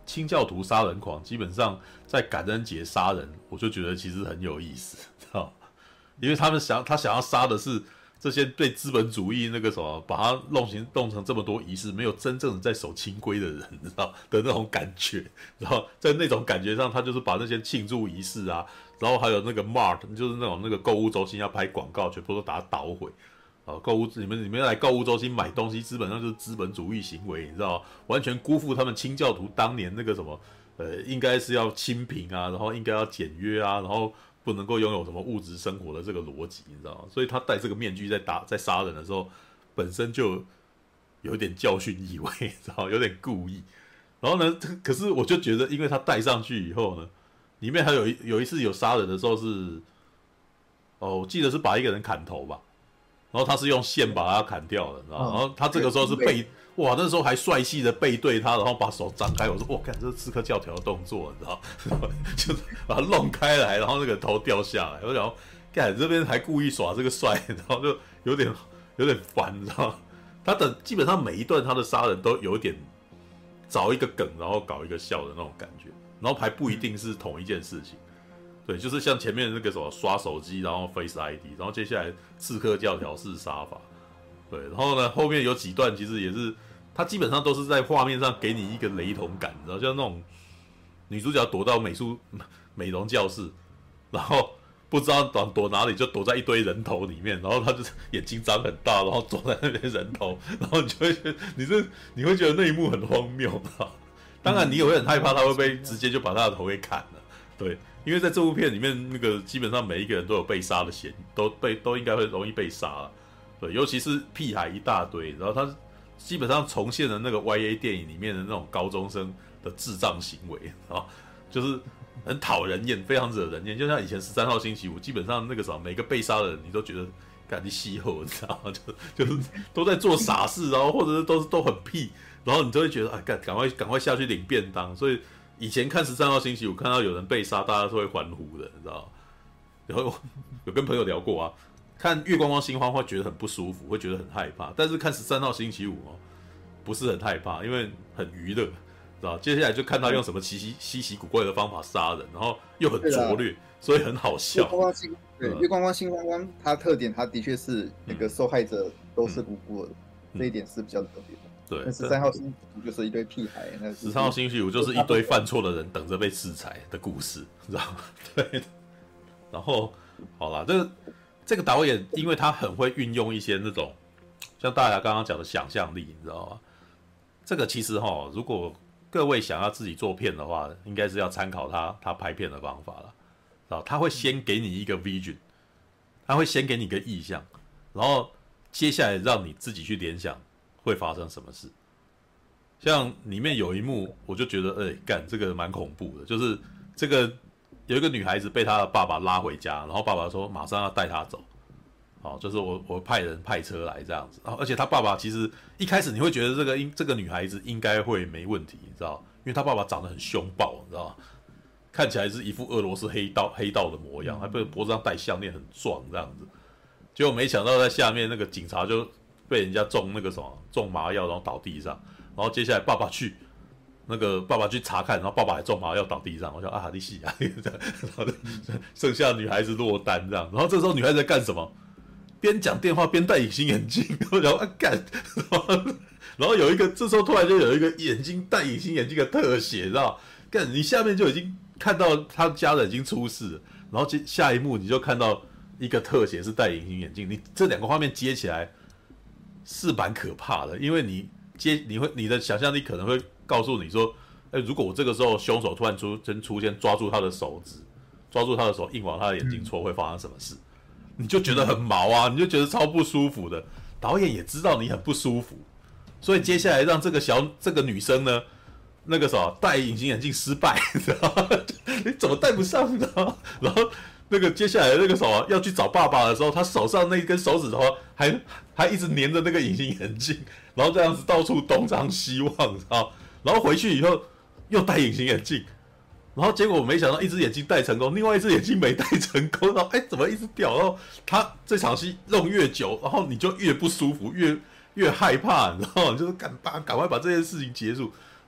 清教徒杀人狂，基本上在感恩节杀人，我就觉得其实很有意思，知道？因为他们想他想要杀的是这些被资本主义那个什么，把它弄成弄成这么多仪式，没有真正的在守清规的人，知道的那种感觉。然后在那种感觉上，他就是把那些庆祝仪式啊，然后还有那个 Mart， 就是那种那个购物中心要拍广告，全部都把它捣毁。啊，购物你们你们来购物中心买东西，基本上就是资本主义行为，你知道，完全辜负他们清教徒当年那个什么，呃，应该是要清贫啊，然后应该要简约啊，然后不能够拥有什么物质生活的这个逻辑，你知道吗？所以他戴这个面具在打在杀人的时候，本身就有点教训意味，你知道，有点故意。然后呢，可是我就觉得，因为他戴上去以后呢，里面还有一有一次有杀人的时候是，哦，我记得是把一个人砍头吧。然后他是用线把他砍掉的，你知道吗？然后他这个时候是背，哇，那时候还帅气的背对他，然后把手张开。我说，哇，看这是刺客教条的动作，你知道吗？就是把他弄开来，然后那个头掉下来。我想，看这边还故意耍这个帅，然后就有点有点烦，你知道吗？他的基本上每一段他的杀人都有点找一个梗，然后搞一个笑的那种感觉，然后还不一定是同一件事情。对，就是像前面那个什么刷手机，然后 Face I D， 然后接下来刺客教条式杀法，对，然后呢后面有几段其实也是，它基本上都是在画面上给你一个雷同感，你知道，像那种女主角躲到美术美容教室，然后不知道躲躲哪里，就躲在一堆人头里面，然后她就眼睛张很大，然后躲在那边人头，然后你就会觉得你这你会觉得那一幕很荒谬，当然你也会很害怕她会被直接就把她的头给砍了，对。因为在这部片里面，那个基本上每一个人都有被杀的嫌疑，都被都应该会容易被杀了，对，尤其是屁孩一大堆，然后他基本上重现了那个 Y A 电影里面的那种高中生的智障行为啊，就是很讨人厌，非常惹人厌。就像以前十三号星期五，基本上那个什么每个被杀的人，你都觉得干你戏后，你知道吗？就就是都在做傻事，然后或者是都是都很屁，然后你就会觉得啊，干赶快赶快下去领便当，所以。以前看十三号星期五，看到有人被杀，大家是会欢呼的，你知道吗？然后有跟朋友聊过啊，看月光光心慌会觉得很不舒服，会觉得很害怕。但是看十三号星期五哦，不是很害怕，因为很娱乐，知道？接下来就看他用什么奇奇稀奇古怪的方法杀人，然后又很拙劣，所以很好笑。 月光光心对、嗯、月光光心慌慌，它特点它的确是那个受害者都是无辜的，嗯、这一点是比较特别的。 对， 十三号星期五就是一堆屁孩。那十三号星期五就是一堆犯错的人等着被制裁的故事，知道吗？对。然后，好啦，这个这个导演，因为他很会运用一些那种像大家刚刚讲的想象力，你知道吗？这个其实哈，如果各位想要自己做片的话，应该是要参考他他拍片的方法了。啊，他会先给你一个 vision， 他会先给你一个意象，然后接下来让你自己去联想。会发生什么事？像里面有一幕，我就觉得，哎、欸，干这个蛮恐怖的，就是这个有一个女孩子被她的爸爸拉回家，然后爸爸说马上要带她走，好，就是我我派人派车来这样子，然后而且她爸爸其实一开始你会觉得这个这个女孩子应该会没问题，你知道，因为她爸爸长得很凶暴，你知道吗？看起来是一副俄罗斯黑道黑道的模样，还被脖子上戴项链，很壮这样子，结果没想到在下面那个警察就。被人家中那个什么中麻药，然后倒地上，然后接下来爸爸去那个爸爸去查看，然后爸爸还中麻药倒地上，我说啊，你戏啊，然后剩下女孩子落单这样，然后这时候女孩子在干什么？边讲电话边戴隐形眼镜，然后啊干，然后有一个这时候突然就有一个眼睛戴隐形眼镜的特写，知道？干你下面就已经看到他家人已经出事了，然后接下一幕你就看到一个特写是戴隐形眼镜，你这两个画面接起来。是蛮可怕的，因为你接你会你的想象力可能会告诉你说，哎，如果我这个时候凶手突然出真出现，抓住他的手指，抓住他的手，硬往他的眼睛戳，会发生什么事？你就觉得很毛啊，你就觉得超不舒服的。导演也知道你很不舒服，所以接下来让这个小这个女生呢，那个什么戴隐形眼镜失败，你知道吗？你怎么戴不上，你知道吗？然后。那个接下来那个什么要去找爸爸的时候，他手上那一根手指头还还一直粘着那个隐形眼镜，然后这样子到处东张西望，知道？然后回去以后又戴隐形眼镜，然后结果我没想到一只眼睛戴成功，另外一只眼睛没戴成功，然后哎怎么一直掉？然后他这场戏弄越久，然后你就越不舒服，越越害怕，然后你就是赶把赶快把这件事情结束。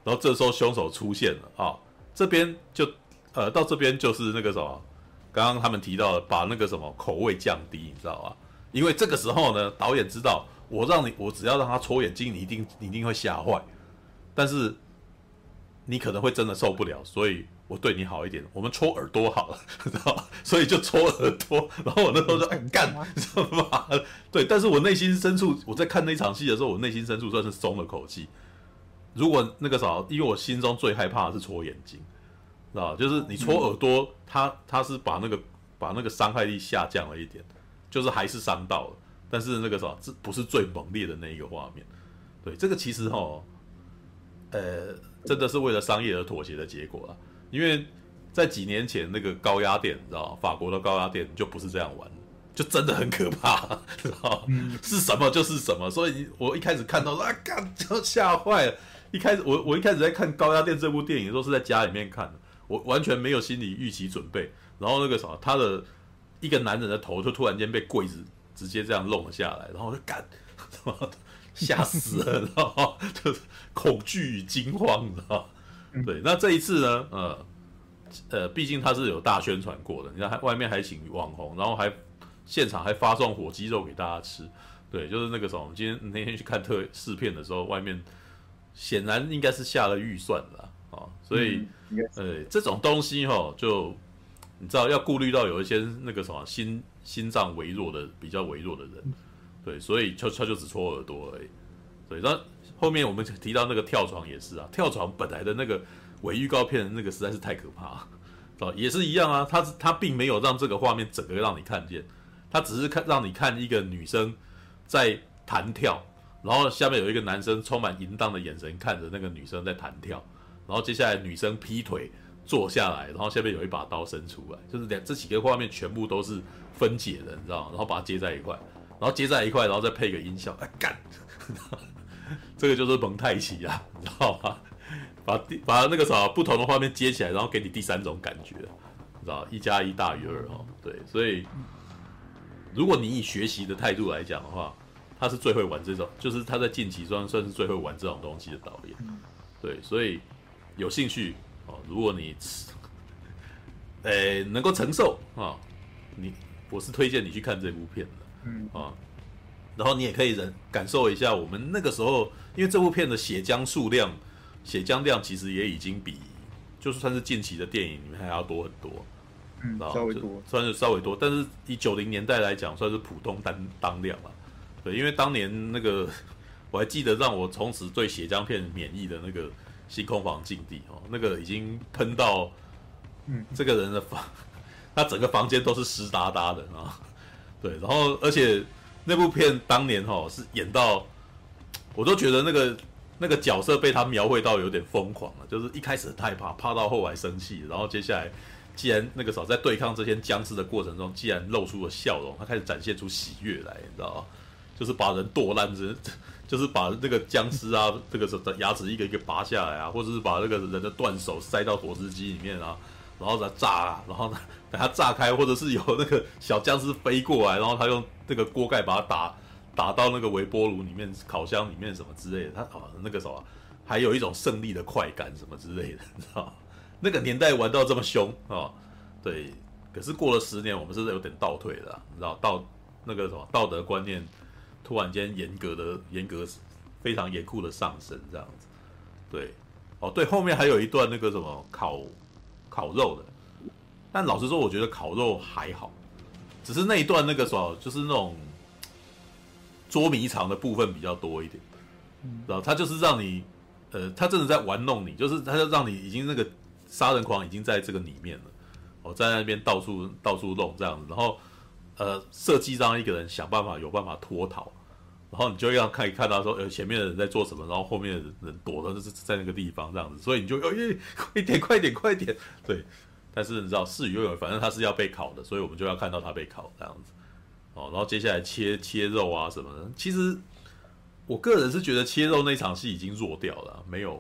然后这时候凶手出现了啊、哦，这边就呃到这边就是那个什么，刚刚他们提到的把那个什么口味降低，你知道吧？因为这个时候呢，导演知道我让你，我只要让他戳眼睛，你一定你一定会吓坏，但是你可能会真的受不了，所以我对你好一点，我们戳耳朵好了，知道吧？所以就戳耳朵，然后我那时候就哎干，知道吗？对，但是我内心深处，我在看那场戏的时候，我内心深处算是松了口气。如果那个啥，因为我心中最害怕的是戳眼睛，知道吧？就是你戳耳朵，它它是把那个把那个伤害力下降了一点，就是还是伤到了，但是那个啥，这不是最猛烈的那一个画面。对，这个其实哈，呃，真的是为了商业而妥协的结果啦。因为在几年前那个高压电，你知道，法国的高压电就不是这样玩，就真的很可怕，知道、嗯、是什么就是什么。所以我一开始看到说啊，干就吓坏了。一开始我我一开始在看高压电这部电影的时候是在家里面看的，我完全没有心理预期准备。然后那个啥，他的一个男人的头就突然间被柜子直接这样弄了下来，然后我就干，吓死了，知道吗？就是恐惧与惊慌，你知道吗？对，那这一次呢，呃呃，毕竟他是有大宣传过的，你看外面还请网红，然后还现场还发送火鸡肉给大家吃，对，就是那个什么，我们今天那天去看特试片的时候，外面显然应该是下了预算的啦，哦，所以、嗯、呃这种东西哈，就你知道要顾虑到有一些那个什么心心脏微弱的比较微弱的人，对，所以就他就只戳耳朵而已，对，然后后面我们提到那个跳床也是啊，跳床本来的那个伪预告片的那个实在是太可怕了，也是一样啊，他他并没有让这个画面整个让你看见，他只是看让你看一个女生在弹跳，然后下面有一个男生充满淫荡的眼神看着那个女生在弹跳，然后接下来女生劈腿坐下来，然后下面有一把刀伸出来，就是两这几个画面全部都是分解的，你知道吗？然后把它接在一块，然后接在一块，然后再配个音效，哎干！这个就是蒙太奇啊，你知道吗？把把那个啥不同的画面接起来，然后给你第三种感觉，你知道，一加一大于二哦。对，所以如果你以学习的态度来讲的话，他是最会玩这种，就是他在近期算算是最会玩这种东西的导演。对，所以有兴趣哦，如果你呃能够承受啊，你我是推荐你去看这部片的。嗯啊。然后你也可以人感受一下我们那个时候，因为这部片的血浆数量、血浆量其实也已经比就算是近期的电影里面还要多很多， 嗯，稍微多， 算是稍微多，但是以九零年代来讲，算是普通当当量了。对，因为当年那个我还记得让我从此对血浆片免疫的那个《星空房禁地》哦，那个已经喷到，嗯，这个人的房，他整个房间都是湿哒哒的啊，对，然后而且。那部片当年齁是演到，我都觉得那个那个角色被他描绘到有点疯狂了，就是一开始很害怕，怕到后来生气，然后接下来既然那个时候在对抗这些僵尸的过程中，既然露出了笑容，他开始展现出喜悦来，你知道吗？就是把人剁烂，就是把那个僵尸啊，这个牙齿一个一个拔下来啊，或者是把那个人的断手塞到果汁机里面啊。然后再炸啊，然后等它炸开，或者是有那个小僵尸飞过来，然后他用这个锅盖把它打打到那个微波炉里面、烤箱里面什么之类的，他啊那个什么，还有一种胜利的快感什么之类的，你知道吗？那个年代玩到这么凶啊，对。可是过了十年，我们是有点倒退了，你知道道那个什么道德观念突然间严格的、严格非常严酷的上升这样子，对。哦，对，后面还有一段那个什么烤。烤肉的，但老实说，我觉得烤肉还好，只是那一段那个什么，就是那种捉迷藏的部分比较多一点，知道？他就是让你，呃，他真的在玩弄你，就是他就让你已经那个杀人狂已经在这个里面了，哦，在那边到处到处弄这样子，然后呃，设计让一个人想办法有办法脱逃，然后你就要可以看到说，呃，前面的人在做什么，然后后面的人躲的是在那个地方这样子，所以你就哎、欸，快点，快点，快点，对。但是你知道事与愿违，反正他是要被烤的，所以我们就要看到他被烤这样子。哦，然后接下来切切肉啊什么的，其实我个人是觉得切肉那场戏已经弱掉了，没有，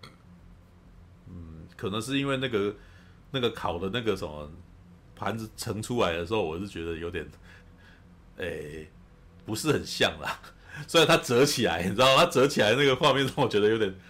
嗯，可能是因为那个那个烤的那个什么盘子盛出来的时候，我是觉得有点，诶、欸。不是很像啦，虽然它折起来，你知道吗？它折起来那个画面让我觉得有点，我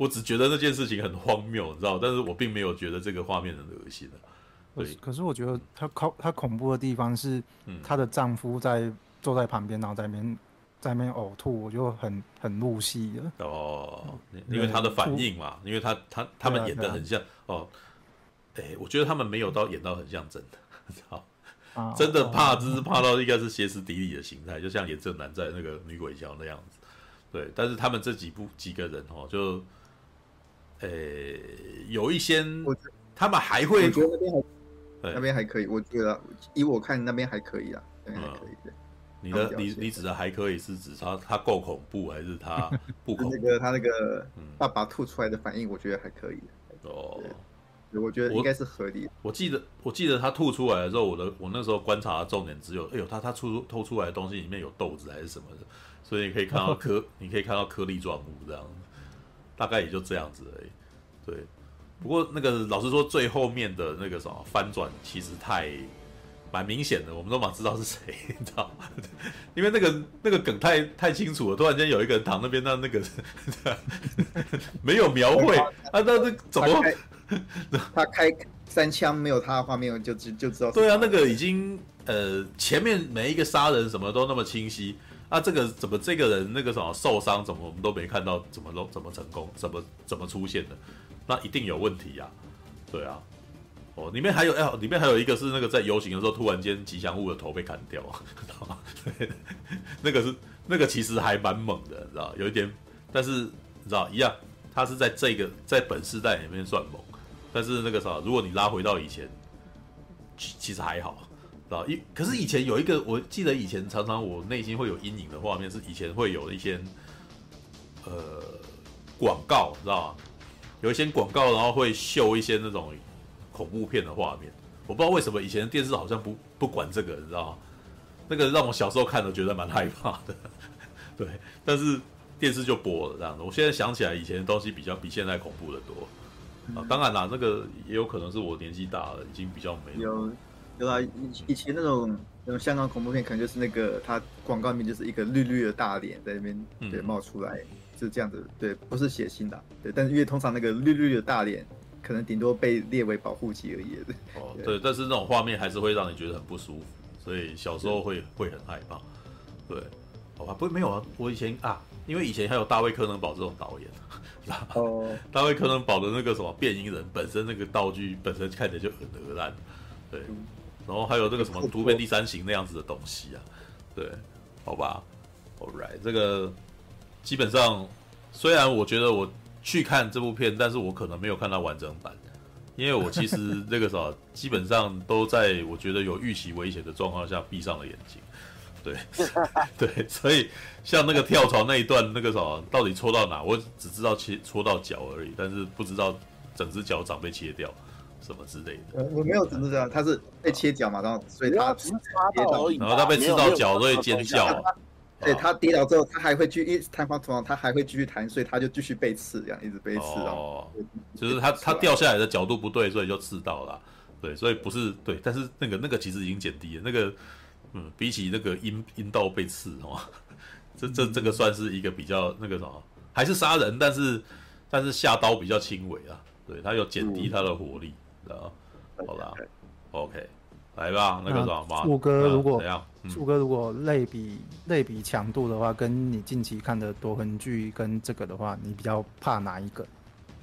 我只觉得那件事情很荒谬，你知道，但是我并没有觉得这个画面很恶心的。对， 可是我觉得她恐她恐怖的地方是，她的丈夫在坐在旁边，然后在那边在那边呕吐，我就很很入戏了。 哦，因为他的反应嘛，因为他他他们演的很像、啊啊、哦，哎、欸，我觉得他们没有到演到很像真的，知道。啊、真的怕，只是怕到应该是歇斯底里的形态，就像严正南在那个女鬼桥那样子。对，但是他们这几部几个人哦，就，呃、欸，有一些他们还会， 我觉得那边还那边还可以，我觉得以我看那边还可以啊，那边还可以的。嗯、 你的你你指的还可以是指他他够恐怖，还是他不恐怖？ 那个他那个爸爸吐出来的反应，我觉得还可以。 哦。 我觉得应该是合理的。 我, 我记得，我记得他吐出来的时候，我的我那时候观察的重点只有，哎呦，他他吐吐出来的东西里面有豆子还是什么的，所以你可以看到颗，你可以看到颗粒状物这样，大概也就这样子而已。对，不过那个老实说，最后面的那个什么翻转其实太蛮明显的，我们都蛮知道是谁，你知道吗？因为那个那个梗太太清楚了，突然间有一个人躺那边，那那个没有描绘，啊，那那怎么？ 他开三枪没有他的画面就就就知道。 对啊，那个已经呃前面每一个杀人什么都那么清晰啊，这个怎么这个人那个什么受伤怎么我们都没看到，怎么都怎么成功，怎么怎么出现的，那一定有问题啊。对啊，哦，里面还有哎、欸，里面还有一个是那个在游行的时候突然间吉祥物的头被砍掉，对，那个是那个其实还蛮猛的，你知道，有一点，但是你知道一样，他是在这个在本世代里面算猛。但是那个啥，如果你拉回到以前，其实还好，知道？可是以前有一个，我记得以前常常我内心会有阴影的画面，是以前会有一些呃广告，知道吗？有一些广告，然后会秀一些那种恐怖片的画面。我不知道为什么以前的电视好像不不管这个，你知道吗？那个让我小时候看了觉得蛮害怕的，对。但是电视就播了这样子。我现在想起来，以前的东西比较比现在恐怖的多。啊，当然啦，那个也有可能是我年纪大了，已经比较没有有啦。以以前那种那种香港恐怖片，可能就是那个它广告里面就是一个绿绿的大脸在那边对冒出来，是这样子，对，不是血腥的，对。但是因为通常那个绿绿的大脸，可能顶多被列为保护级而已。 哦，对，但是那种画面还是会让你觉得很不舒服，所以小时候会会很害怕。对，好吧，不没有啊，我以前啊，因为以前还有大卫柯能堡这种导演。哦，大卫柯能堡的那个什么变音人本身那个道具本身看起来就很恶烂，对，然后还有那个什么突变第三型那样子的东西啊，对，好吧 ，All right， 这个基本上虽然我觉得我去看这部片，但是我可能没有看到完整版，因为我其实那个啥基本上都在我觉得有预期危险的状况下闭上了眼睛。对，对，所以像那个跳槽那一段，那个什么到底戳到哪，我只知道切戳到脚而已，但是不知道整只脚掌被切掉什么之类的。 呃，我没有整只脚，他是被切脚嘛，然后所以他只是擦到而已， 然后他被刺到脚，所以尖叫。 对，他跌倒之后，他还会继续弹簧床，他还会继续弹，所以他就继续被刺，这样一直被刺。哦， 就是他他掉下来的角度不对，所以就刺到了。对，所以不是对，但是那个那个其实已经减低了，那个。嗯，比起那个阴阴道被刺哦，这这这个算是一个比较那个什么，还是杀人，但是但是下刀比较轻微啊，对，他有减低他的火力，啊、嗯，好啦 ，OK， 来吧，那个什么， 树哥如果怎样？ 树、嗯、哥如果类比类比强度的话，跟你近期看的夺魂剧跟这个的话，你比较怕哪一个？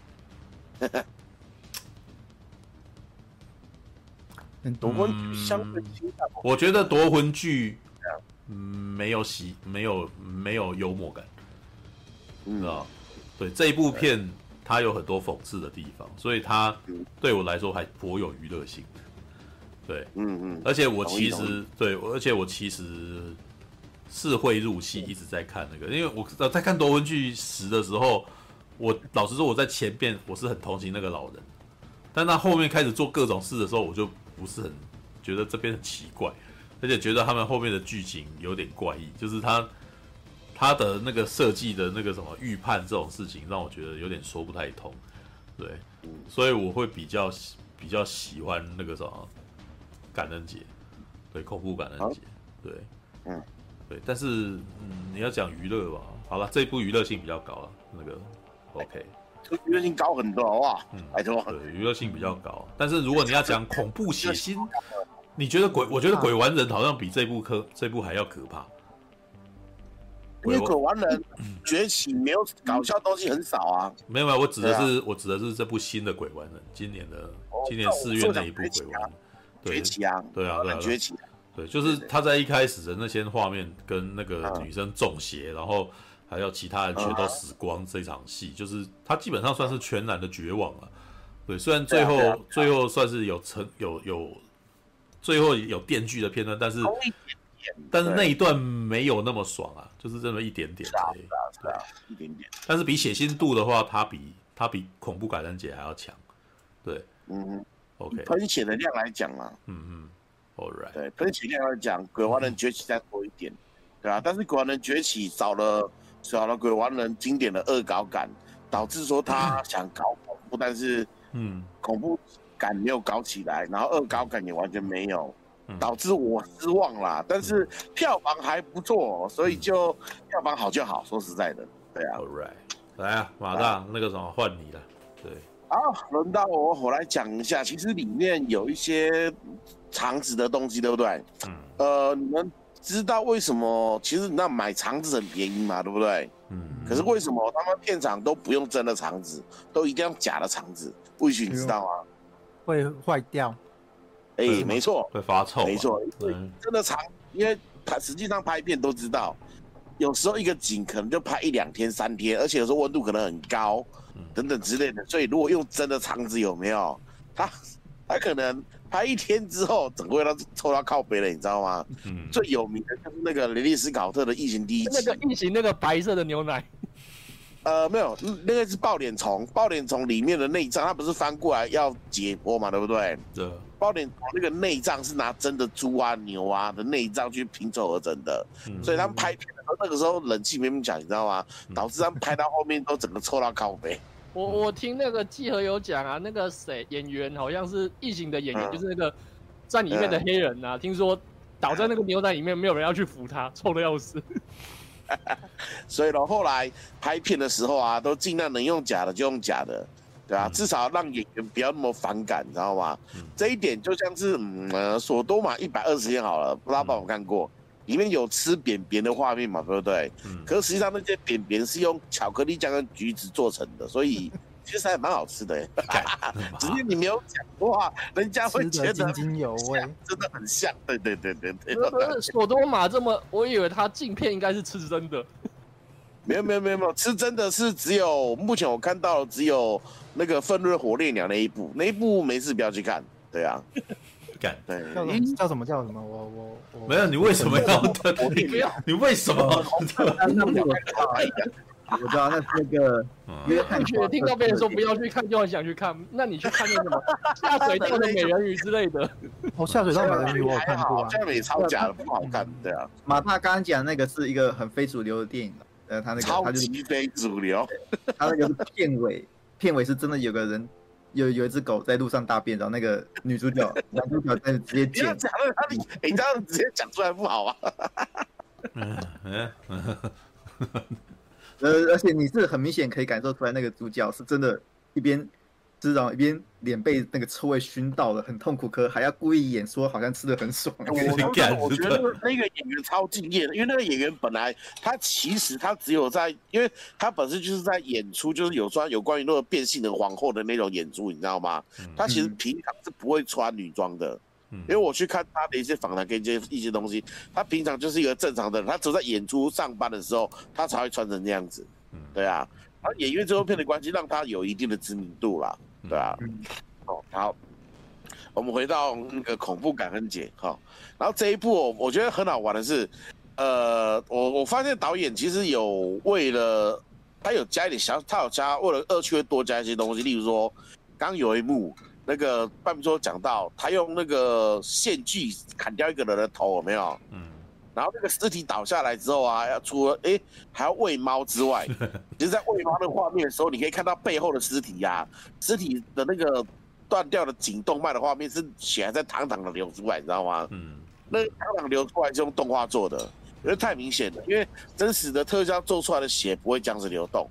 夺魂剧相对清淡， 我觉得夺魂剧，嗯，没有喜，没有没有幽默感，知道、嗯？对，这一部片它有很多讽刺的地方，所以它对我来说还颇有娱乐性。对，嗯嗯，而且我其实对，而且我其实是会入戏，一直在看那个，因为我在看夺魂剧十的时候，我老实说我在前面我是很同情那个老人，但他后面开始做各种事的时候，我就不是很觉得这边很奇怪，而且觉得他们后面的剧情有点怪异，就是他他的那个设计的那个什么预判这种事情，让我觉得有点说不太通。对，所以我会比较比较喜欢那个什么感恩节，对，恐怖感恩节，对，嗯，对，但是嗯，你要讲娱乐吧，好了，这一部娱乐性比较高了，那个 OK， 娱乐性高很多，好不好？ 嗯拜托。 对，娱乐性比较高。但是如果你要讲恐怖血腥，你觉得鬼？我觉得鬼玩人好像比这部科这部还要可怕。 因为鬼玩人崛起没有搞笑东西很少啊。 没有没有，我指的是、啊、我指的是这部新的鬼玩人，今年的、哦、今年四月那一部鬼玩人。 崛起啊！ 对啊，对啊， 崛起。 对，就是他在一开始的那些画面，跟那个女生中邪，然后还有其他人全都死光这场戏，就是他基本上算是全然的绝望了。对，虽然最后、啊啊、最后算是有成有有最后有电锯的片段，但是但是那一段没有那么爽啊，就是这么一点点。 是啊，是啊，是啊，一点点。 但是比血腥度的话，它比它比恐怖感人节还要强。对， 嗯 ，OK。 喷血的量来讲嘛， 嗯嗯 ，All right。 对，喷血量来讲，鬼玩人崛起再多一点，对啊。但是鬼玩人崛起少了少了鬼玩人经典的恶搞感，导致说他想搞恐怖，但是嗯，恐怖感没有搞起来，然后恶搞感也完全没有。导致我失望啦，但是票房还不错，所以就票房好就好。说实在的，对啊。 All right， 来啊，马大那个什么换你了，对。 好，轮到我，我来讲一下。其实里面有一些肠子的东西，对不对？嗯。呃，你们知道为什么？其实那买肠子很便宜嘛，对不对？嗯。可是为什么他们片场都不用真的肠子，都一定要假的肠子？魏许你知道吗？ 会坏掉。 哎、欸，没错， 会发臭， 没错，真的长，因为他实际上拍片都知道，有时候一个景可能就拍一两天、三天，而且有时候温度可能很高，等等之类的。所以如果用真的肠子有没有？他他可能拍一天之后，整个味道臭到靠北了，你知道吗？嗯、最有名的就是那个雷利斯考特的《异形》第一集， 那个异形那个白色的牛奶。 呃，没有，那个是抱脸虫，抱脸虫里面的内脏，它不是翻过来要解剖嘛，对不对？ 对。 抱脸虫那个内脏是拿真的猪啊、牛啊的内脏去拼凑而成的，嗯、所以他们拍片的时候，那个时候冷气没那么强，你知道吗？导致他们拍到后面都整个臭到靠背。 我我听那个季和有讲啊，那个谁演员好像是异形的演员，嗯、就是那个在里面的黑人啊，嗯、听说倒在那个牛奶里面，没有人要去扶他，臭得要死。 所以呢，后来拍片的时候啊，都尽量能用假的就用假的，对啊，嗯、至少让演员不要那么反感，你知道吗？嗯、这一点就像是嗯，呃，索多玛一百二十天好了，不知道有没有看过，里面有吃扁扁的画面嘛，对不对？嗯、可是实际上那些扁扁是用巧克力酱跟橘子做成的，所以其实还蛮好吃的耶。只是你没有讲的话，人家会觉得津津有味， 真的很像。对对对对对。 索多玛这么，我以为他镜片应该是吃真的。 没有没有没有没有，吃真的是只有目前我看到只有那个愤怒的火烈鸟那一部，那一部没事不要去看。对啊。 干对， 叫什么叫什么？我我我没有，你为什么要？你不要，你为什么？ 我知道那是那个约翰逊听到别人说不要去看，就很想去看。那你去看那什么下水道的美人鱼之类的？ 哦，下水道美人鱼我有看过， 下面也超假的，不好看。对啊， 马大刚刚讲那个是一个很非主流的电影，呃，他那个超级非主流， 他那个是片尾，片尾是真的有个人。有有一只狗在路上大便，然后那个女主角、男主角在直接捡。 你要讲了，他你你这样直接讲出来不好啊。 嗯嗯，呃，而且你是很明显可以感受出来，那个主角是真的，一边吃然后一边脸被那个臭味熏到了，很痛苦，可还要故意演说好像吃的很爽。 我我觉得那个演员超敬业的，因为那个演员本来他其实他只有在，因为他本身就是在演出，就是有穿有关于那个变性的皇后的那种演出，你知道吗？他其实平常是不会穿女装的。因为我去看他的一些访谈跟一些一些东西，他平常就是一个正常的人，他只有在演出上班的时候，他才会穿成这样子。对啊，然后也因为这部片的关系，让他有一定的知名度啦。对啊，哦，好，我们回到那个恐怖感恩节哈，然后这一部我觉得很好玩的是，呃，我我发现导演其实有为了他有加一点小，他有加为了恶趣味多加一些东西，例如说，刚有一幕。那个半明说讲到，他用那个线锯砍掉一个人的头，有没有？嗯。然后那个尸体倒下来之后啊，要除了哎还要喂猫之外，其实在喂猫的画面的时候，你可以看到背后的尸体呀、啊，尸体的那个断掉的颈动脉的画面是血还在淌淌的流出来，你知道吗？嗯。那淌淌流出来是用动画做的，因为太明显了，因为真实的特效做出来的血不会这样子流动。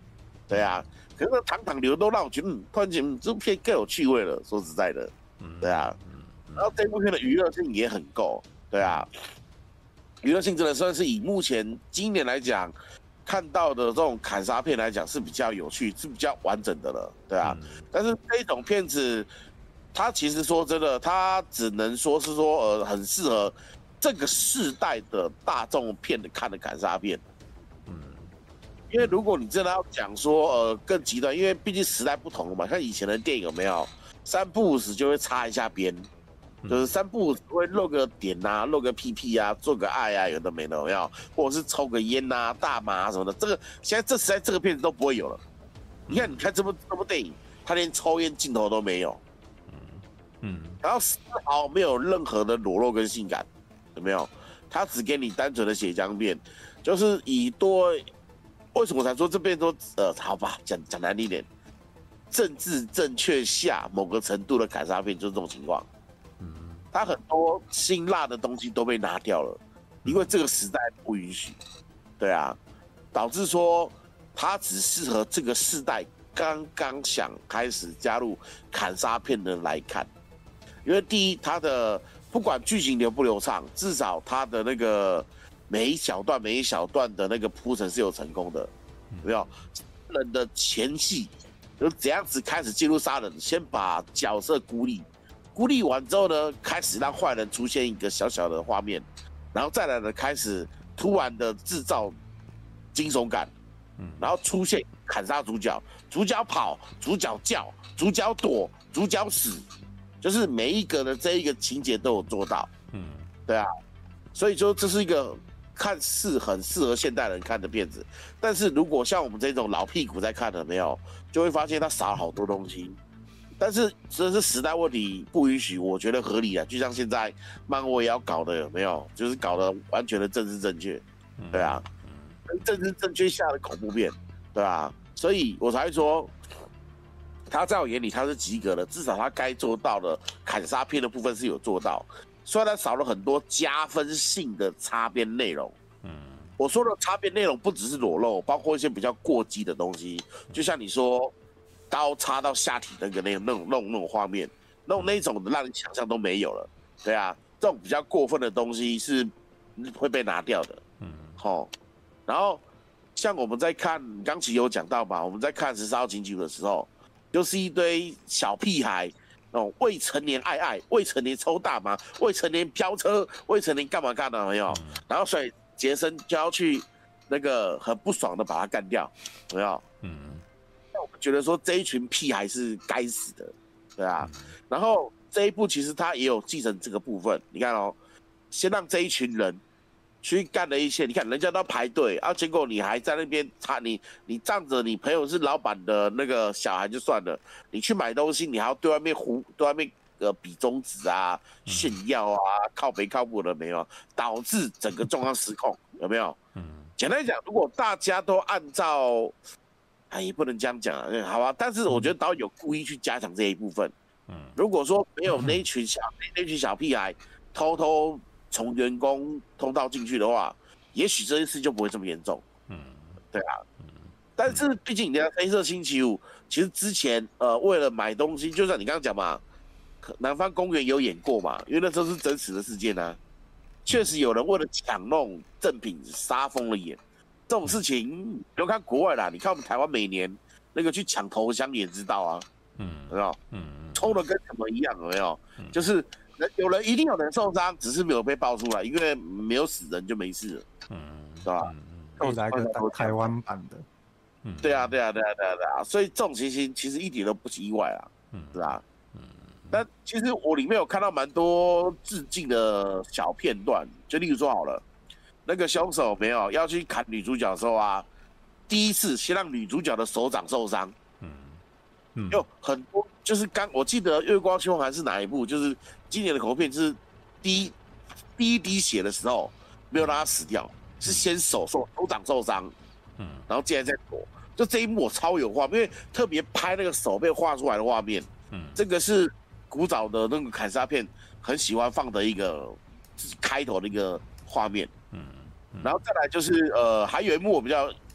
对啊。可是那堂堂流都让我觉得，嗯，突然间这部片更有趣味了。说实在的，对啊。然后这部片的娱乐性也很够，对啊。娱乐性真的算是以目前今年来讲看到的这种砍杀片来讲是比较有趣，是比较完整的了，对啊。但是这种片子，它其实说真的，它只能说是说呃很适合这个世代的大众片的看的砍杀片。因为如果你真的要讲说，呃，更极端，因为毕竟时代不同了嘛，像以前的电影有没有三不五时就会插一下边，就是三不五时会露个点啊，露个屁屁啊，做个爱啊，有的没的有没有，或者是抽个烟啊、大麻、啊、什么的，这个现在这时代这个片子都不会有了。你看，你看这部这部电影，它连抽烟镜头都没有，嗯，然后丝毫没有任何的裸露跟性感，有没有？它只给你单纯的血浆片，就是以多。为什么我才说这边说呃，好吧，讲讲难听点，政治正确下某个程度的砍杀片就是这种情况。嗯，它很多辛辣的东西都被拿掉了，因为这个时代不允许。对啊，导致说它只适合这个世代刚刚想开始加入砍杀片的人来看，因为第一，它的不管剧情流不流畅，至少它的那个。每一小段每一小段的那个铺陈是有成功的，有没有？人的前戏就怎样子开始进入杀人，先把角色孤立，孤立完之后呢，开始让坏人出现一个小小的画面，然后再来呢，开始突然的制造惊悚感，然后出现砍杀主角，主角跑，主角叫，主角躲，主角死，就是每一个的这一个情节都有做到，嗯，对啊，所以说这是一个。看似很适合现代人看的片子，但是如果像我们这种老屁股在看的没有，就会发现它少了好多东西。但是这是时代问题不允许，我觉得合理啊。就像现在漫威也要搞的有没有，就是搞得完全的政治正确，对啊，政治正确下的恐怖片，对啊，所以我才会说，他在我眼里他是及格的，至少他该做到的砍杀片的部分是有做到。虽然它少了很多加分性的擦边内容，嗯，我说的擦边内容不只是裸露，包括一些比较过激的东西，就像你说刀插到下体那个那种那种那种那种画面，那种那种的让你想象都没有了，对啊，这种比较过分的东西是会被拿掉的，嗯，好，然后像我们在看刚才有讲到嘛，我们在看《十四号警局》的时候，就是一堆小屁孩。那种未成年爱爱，未成年抽大麻，未成年飙车，未成年干嘛干嘛没有？然后所以杰森就要去那个很不爽的把他干掉，有没有？嗯，那我们觉得说这一群屁孩是该死的，对啊。然后这一部其实他也有继承这个部分，你看哦，先让这一群人去干了一些，你看人家都排队啊，结果你还在那边他你你仗着你朋友是老板的那个小孩就算了，你去买东西你还要对外面胡对外面呃比中指啊、炫耀啊、靠北靠谱的没有，导致整个状况失控，有没有？嗯，简单讲，如果大家都按照，哎，也不能这样讲啊，好吧？但是我觉得导演有故意去加强这一部分。嗯，如果说没有那一群小那群小屁孩偷偷。从员工通道进去的话，也许这一次就不会这么严重。嗯，对啊。嗯，但是毕竟你的黑色星期五，其实之前呃为了买东西，就像你刚刚讲嘛，南方公园有演过嘛，因为那时候是真实的事件啊，确实有人为了抢那种赠品杀疯了眼。这种事情不用看国外啦，你看我们台湾每年那个去抢头香也知道啊。嗯，有没有？嗯，抽的跟什么一样，有没有？就是。有人一定有人受伤，只是没有被爆出来，因为没有死人就没事了，嗯，是吧？ 又来个台湾版的， 嗯，对啊，对啊，对啊，对啊，对啊，所以这种情形其实一点都不意外啊，嗯，是吧？嗯，但其实我里面有看到蛮多致敬的小片段，就例如说好了，那个凶手没有要去砍女主角的时候啊，第一次先让女主角的手掌受伤，嗯，嗯，有很多。就是刚我记得《月光凶还是哪一部，就是今年的恐怖片，就是第一第一滴血的时候没有让他死掉，是先手受手掌受伤，嗯，然后接下来再躲。就这一幕我超有画面，因为特别拍那个手被画出来的画面，嗯，这个是古早的那个砍杀片很喜欢放的一个开头的一个画面，嗯，然后再来就是呃还有一幕我比较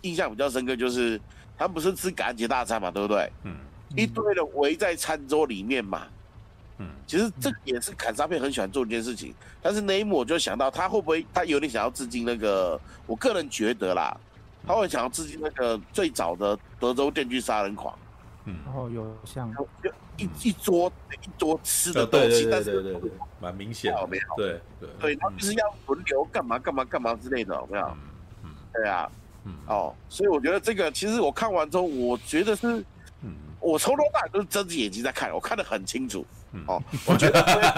印象比较深刻，就是他们不是吃感恩节大餐嘛，对不对？ 嗯一堆人围在餐桌里面嘛。 嗯， 其实这也是砍杀片很喜欢做一件事情，但是那一幕我就想到他会不会他有点想要致敬那个，我个人觉得啦，他会想要致敬那个最早的德州电锯杀人狂。 嗯， 然后有像就一一桌一桌吃的哦东西， 对对对但是对对对，蛮明显的， 没有对对对，然后就是要轮流干嘛干嘛干嘛之类的，有没有？ 嗯嗯对啊， 嗯哦，所以我觉得这个其实我看完之后，我觉得是， 嗯我从头到尾都是睁着眼睛在看，我看得很清楚。 嗯， 哦，我觉得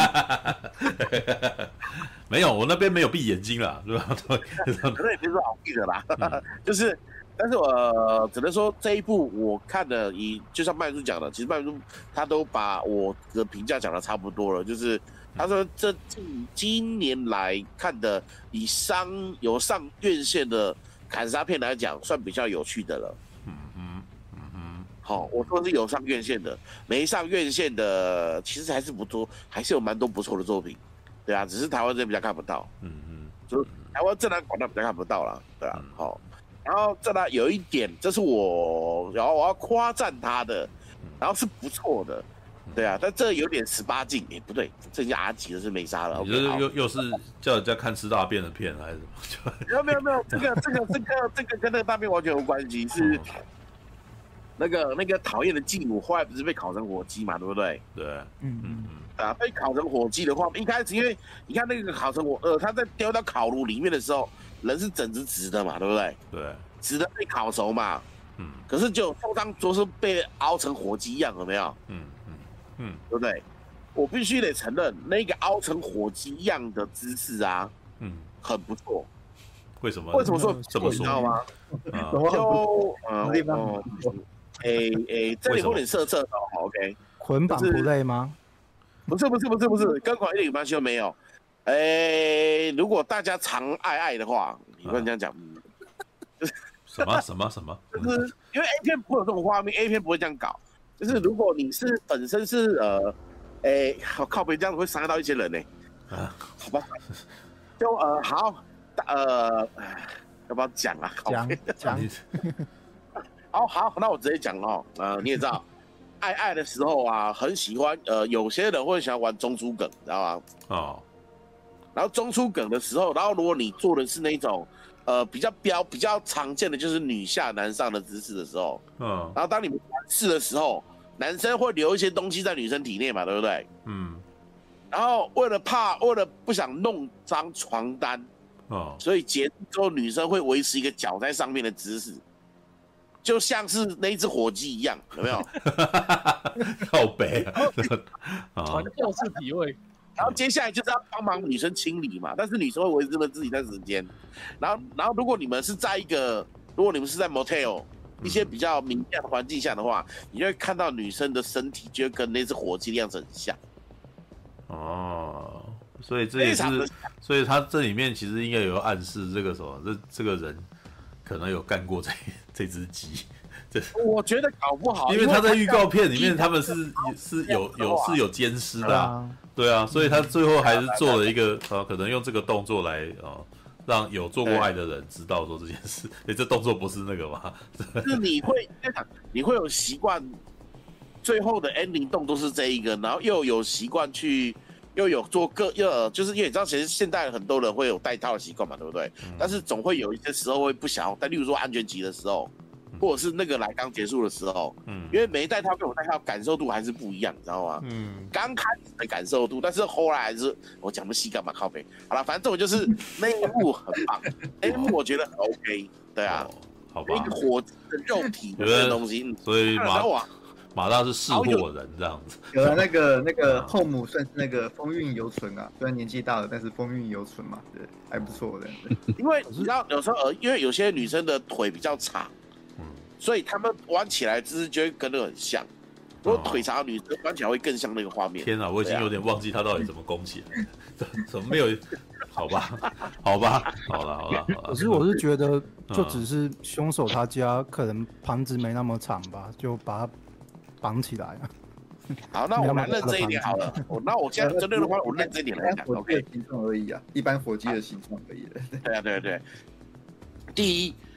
没有，我那边没有闭眼睛啦，是吧？ 可能也不是好闭的啦， 嗯就是，但是我、呃、只能说这一部我看的以，就像麦叔讲的，其实麦叔他都把我的评价讲的差不多了，就是他说这近今年来看的以上有上院线的砍杀片来讲，算比较有趣的了。 嗯嗯嗯嗯， 好、我说是有上院线的，没上院线的其实还是不错，还是有蛮多不错的作品，对啊，只是台湾这边比较看不到， 嗯嗯， 就是台湾正南广大比较看不到啦，对啊，好、然后这呢有一点，这是我，然后我要夸赞他的，然后是不错的，对啊，但这有点十八禁，也不对，这是 R 级的是没杀了， 你就是 OK， 又又是叫人家看吃大便的片还是什么？ 没有没有没有，这个这个这个这个跟那个大片完全有关系，是那个那个讨厌的继母后来不是被烤成火鸡嘛，对不对？ 对， 嗯嗯啊，被烤成火鸡的话，一开始因为你看那个烤成火，呃，他在丢到烤炉里面的时候，人是整只直的嘛，对不对？ 对， 直的被烤熟嘛， 嗯可是就受当做是被熬成火鸡一样，有没有？ 嗯嗯嗯对不对？我必须得承认，那个熬成火鸡一样的姿势啊， 嗯， 很不错。 为什么？ 为什么说这么你知道吗？ 啊什么就呃什么地方呃，诶诶，这里有点涩涩的哦 ，OK。 捆绑不累吗？ 不是不是不是不是，跟款一点关系都没有。诶，如果大家常爱爱的话，你不能这样讲。嗯什么什么什么？ 就是因为 A 片不会有这种画面 ，A 片不会这样搞。就是如果你是本身是呃，诶，好靠北这样子会伤害到一些人呢、 啊， 好吧，就呃好，呃，要不要讲啊？靠讲北讲你好好，那我直接讲哦。呃，你也知道，爱爱的时候啊，很喜欢呃，有些人会喜欢玩中出梗，知道吗？ 哦， 然后中出梗的时候，然后如果你做的是那种呃比较标比较常见的就是女下男上的姿势的时候， 嗯然后当你们完事的时候，男生会留一些东西在女生体内嘛，对不对？ 嗯然后为了怕，为了不想弄脏床单， 哦， 所以结束之后女生会维持一个脚在上面的姿势，就像是那一只火鸡一样，有没有？ 靠北啊，啊传教士体位， 然后接下来就是要帮忙女生清理嘛，但是女生会维持着自己的时间。然后，然后如果你们是在一个，如果你们是在 motel 一些比较明亮的环境下的话，你就会看到女生的身体就会跟那只火鸡的样子很像。 哦，所以这也是非常的， 所以他这里面其实应该有暗示这个什么，这这个人可能有干过这这只鸡，这我觉得搞不好， 因为他在预告片里面因为他们是是有有是有奸尸的、啊， 啊， 对啊，所以他最后还是做了一个呃，可能用这个动作来呃，让有做过爱的人知道说这件事，哎，这动作不是那个吗？ 就是你会你会有习惯，最后的 ending 动作是这一个，然后又有习惯去。又有做各又就是因为你知道，其实现代很多人会有戴套的习惯嘛，对不对？ 嗯、 但是总会有一些时候会不想要戴，例如说安全期的时候，或者是那个来刚结束的时候，嗯，因为没戴套跟我戴套感受度还是不一样，你知道吗？嗯，刚开始的感受度，但是后来还是我讲不细干嘛靠背。好了，反正这种就是那一幕很棒，那一幕我觉得很 OK， 对啊， 哦、好吧， 一个火的肉体的这个东西， 所以马哇。 马大是识货人这样子， 有了那个那个后母算是那个风韵犹存啊，虽然年纪大了，但是风韵犹存嘛，对，还不错的。 因为你知道，有时候呃，因为有些女生的腿比较长，嗯，所以她们弯起来姿势就会跟那个很像。如果腿长的女生弯起来会更像那个画面。 天啊，我已经有点忘记她到底怎么弓起来，怎怎么没有？好吧，好吧，好了，好了，好了。 可是我是觉得，就只是凶手他家可能盘子没那么长吧，就把他绑起来啊！ 好，那我们认真一点好了。我那我现在针对的话，我认真一点来讲。 火鸡的形状而已啊，一般火鸡的形状而已。 对啊，对啊对。第一，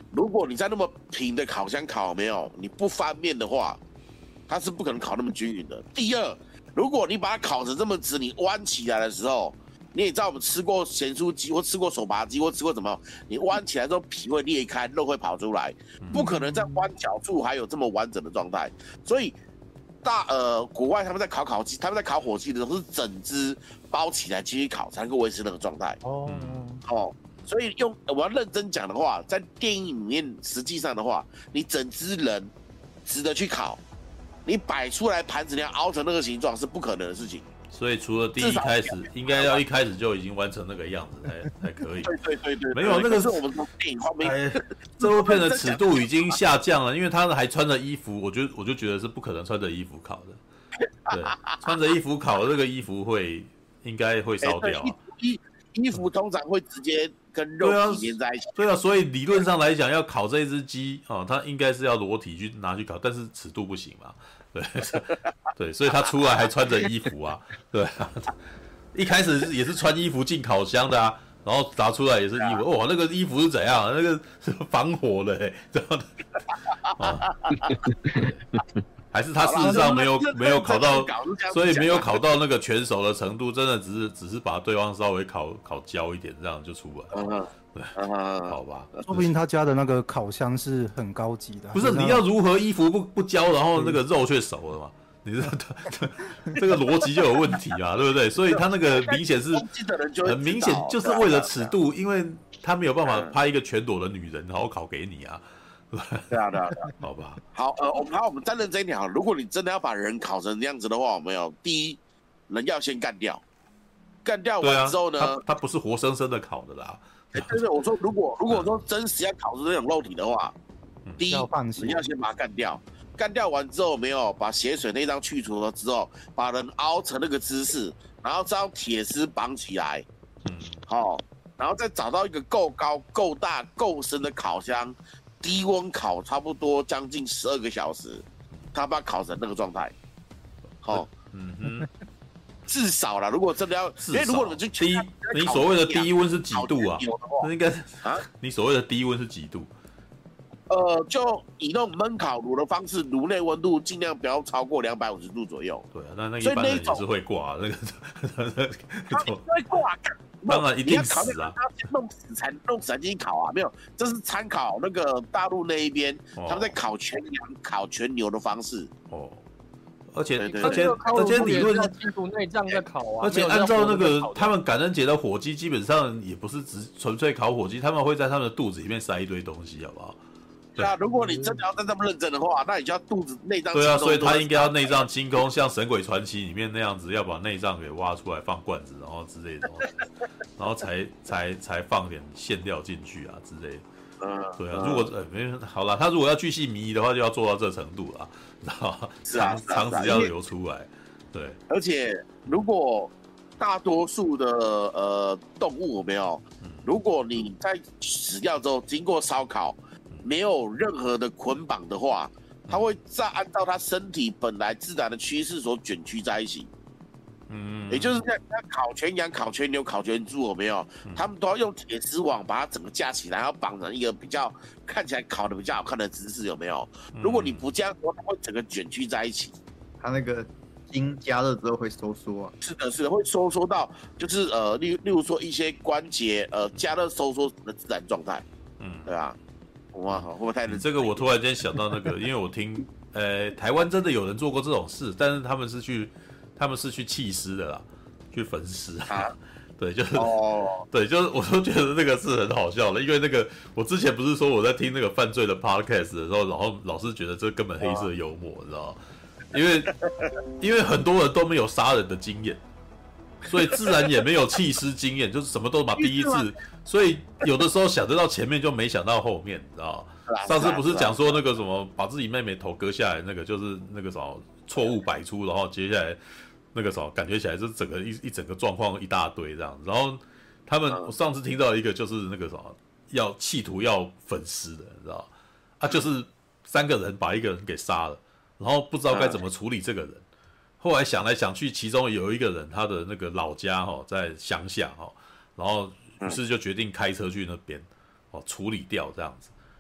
如果你在那么平的烤箱烤没有，你不翻面的话，它是不可能烤那么均匀的。第二，如果你把它烤成这么直，你弯起来的时候，你也知道我们吃过咸酥鸡或吃过手扒鸡或吃过什么，你弯起来之后皮会裂开，肉会跑出来，不可能在弯角处还有这么完整的状态。所以大呃国外他们在烤烤鸡，他们在烤火鸡的时候是整只包起来继续烤，才能够维持那个状态。 哦， 哦。所以用我要认真讲的话，在电影里面，实际上的话，你整只人值得去烤，你摆出来盘子你要凹成那个形状是不可能的事情。 所以除了第一开始，应该要一开始就已经完成那个样子才才可以。 对对对对， 没有那个是我们从电影画面。 哎，这部片的尺度已经下降了，因为他还穿着衣服，我觉得我就觉得是不可能穿着衣服烤的。对，穿着衣服烤，这个衣服会应该会烧掉、啊。 衣衣服通常会直接跟肉体连在一起。 对啊，对啊，所以理论上来讲，要烤这只鸡哦，它应该是要裸体去拿去烤，但是尺度不行嘛。对，对，所以他出来还穿着衣服啊，对啊，一开始也是穿衣服进烤箱的啊，然后拿出来也是衣服，哇，那个衣服是怎样？那个是防火的、欸，这样的，啊，还是他事实上没有没有烤到，所以没有烤到那个全熟的程度，真的只是只是把对方稍微烤烤焦一点，这样就出来了。对，好吧， 说不定他家的那个烤箱是很高级的。 不是，你要如何衣服不不焦，然后那个肉却熟了嘛？你这这个逻辑就有问题啊，对不对？所以他那个明显是很明显就是为了尺度，因为他没有办法拍一个全裸的女人，然后烤给你啊。 对啊，对啊， 好吧。 好，呃，我们好，我们再认真一点好了。如果你真的要把人烤成这样子的话，我们有第一，人要先干掉，干掉完之后呢， 啊、他, 他不是活生生的烤的啦。 哎，对对，我说如果如果说真实要烤出这种肉体的话，嗯、第一你要先把它干掉，干掉完之后没有把血水那张去除了之后，把人凹成那个姿势，然后再用铁丝绑起来，嗯，好、哦，然后再找到一个够高、够大、够深的烤箱，低温烤差不多将近十二个小时，他把它烤成那个状态，好、哦，嗯哼。至少啦，如果真的要，因为如果你们去低，你所谓的低温是几度啊？那应该啊，你所谓的低温是几度？ 呃，就以那种焖烤炉的方式，炉内温度尽量不要超过两百五十度左右。 对啊，那那一般人也是会挂那个， 他会挂， 当然一定死啊！ 弄死才弄死才进去烤啊，没有，这是参考那个大陆那一边、哦、他们在烤全羊、烤全牛的方式。哦。 而且对对而且而且理论清除内脏在烤啊， 而且按照那个他们感恩节的火鸡，基本上也不是只纯粹烤火鸡，他们会在他们的肚子里面塞一堆东西，好不好？ 对啊，如果你真的要这么认真的话，那你就要肚子内脏。 对啊，所以他应该要内脏清空，像《神鬼传奇》里面那样子，要把内脏给挖出来放罐子，然后之类的，然后才才才放点馅料进去啊之类的。嗯，对啊，如果呃没好啦，他如果要巨细靡遗的话，就要做到这程度啦，知道吗？ 是啊， 肠子要流出来，对。 而且如果大多数的呃动物有没有，如果你在死掉之后经过烧烤，没有任何的捆绑的话，它会再按照它身体本来自然的趋势所卷曲在一起。嗯，也就是在烤全羊、烤全牛、烤全猪有没有？嗯、他们都要用铁丝网把它整个架起来，然后绑成一个比较看起来烤的比较好看的姿势，有没有？嗯、如果你不这样做，它会整个卷曲在一起。 它那个筋加热之后会收缩啊。 是的，是的，会收缩到就是呃，例例如说一些关节呃加热收缩的自然状态。嗯，对吧？哇，会不会太冷？ 这个我突然间想到那个，因为我听呃台湾真的有人做过这种事，但是他们是去。他们是去弃尸的啦，去焚尸啊，对，就是，哦、对，就是，我都觉得那个是很好笑的，因为那个我之前不是说我在听那个犯罪的 podcast 的时候，然后老是觉得这根本黑色幽默，你知道吗？因为因为很多人都没有杀人的经验，所以自然也没有弃尸经验，就是什么都把第一次，所以有的时候想得到前面就没想到后面，你知道吗？上次不是讲说那个什么把自己妹妹头割下来，那个就是那个什么错误百出，然后接下来。那个什么，感觉起来是整个一一整个状况一大堆这样子。然后他们，我上次听到一个就是那个什么，要企图要焚尸的，你知道啊，就是三个人把一个人给杀了，然后不知道该怎么处理这个人。后来想来想去，其中有一个人他的那个老家哈在乡下哈，然后于是就决定开车去那边哦处理掉这样子。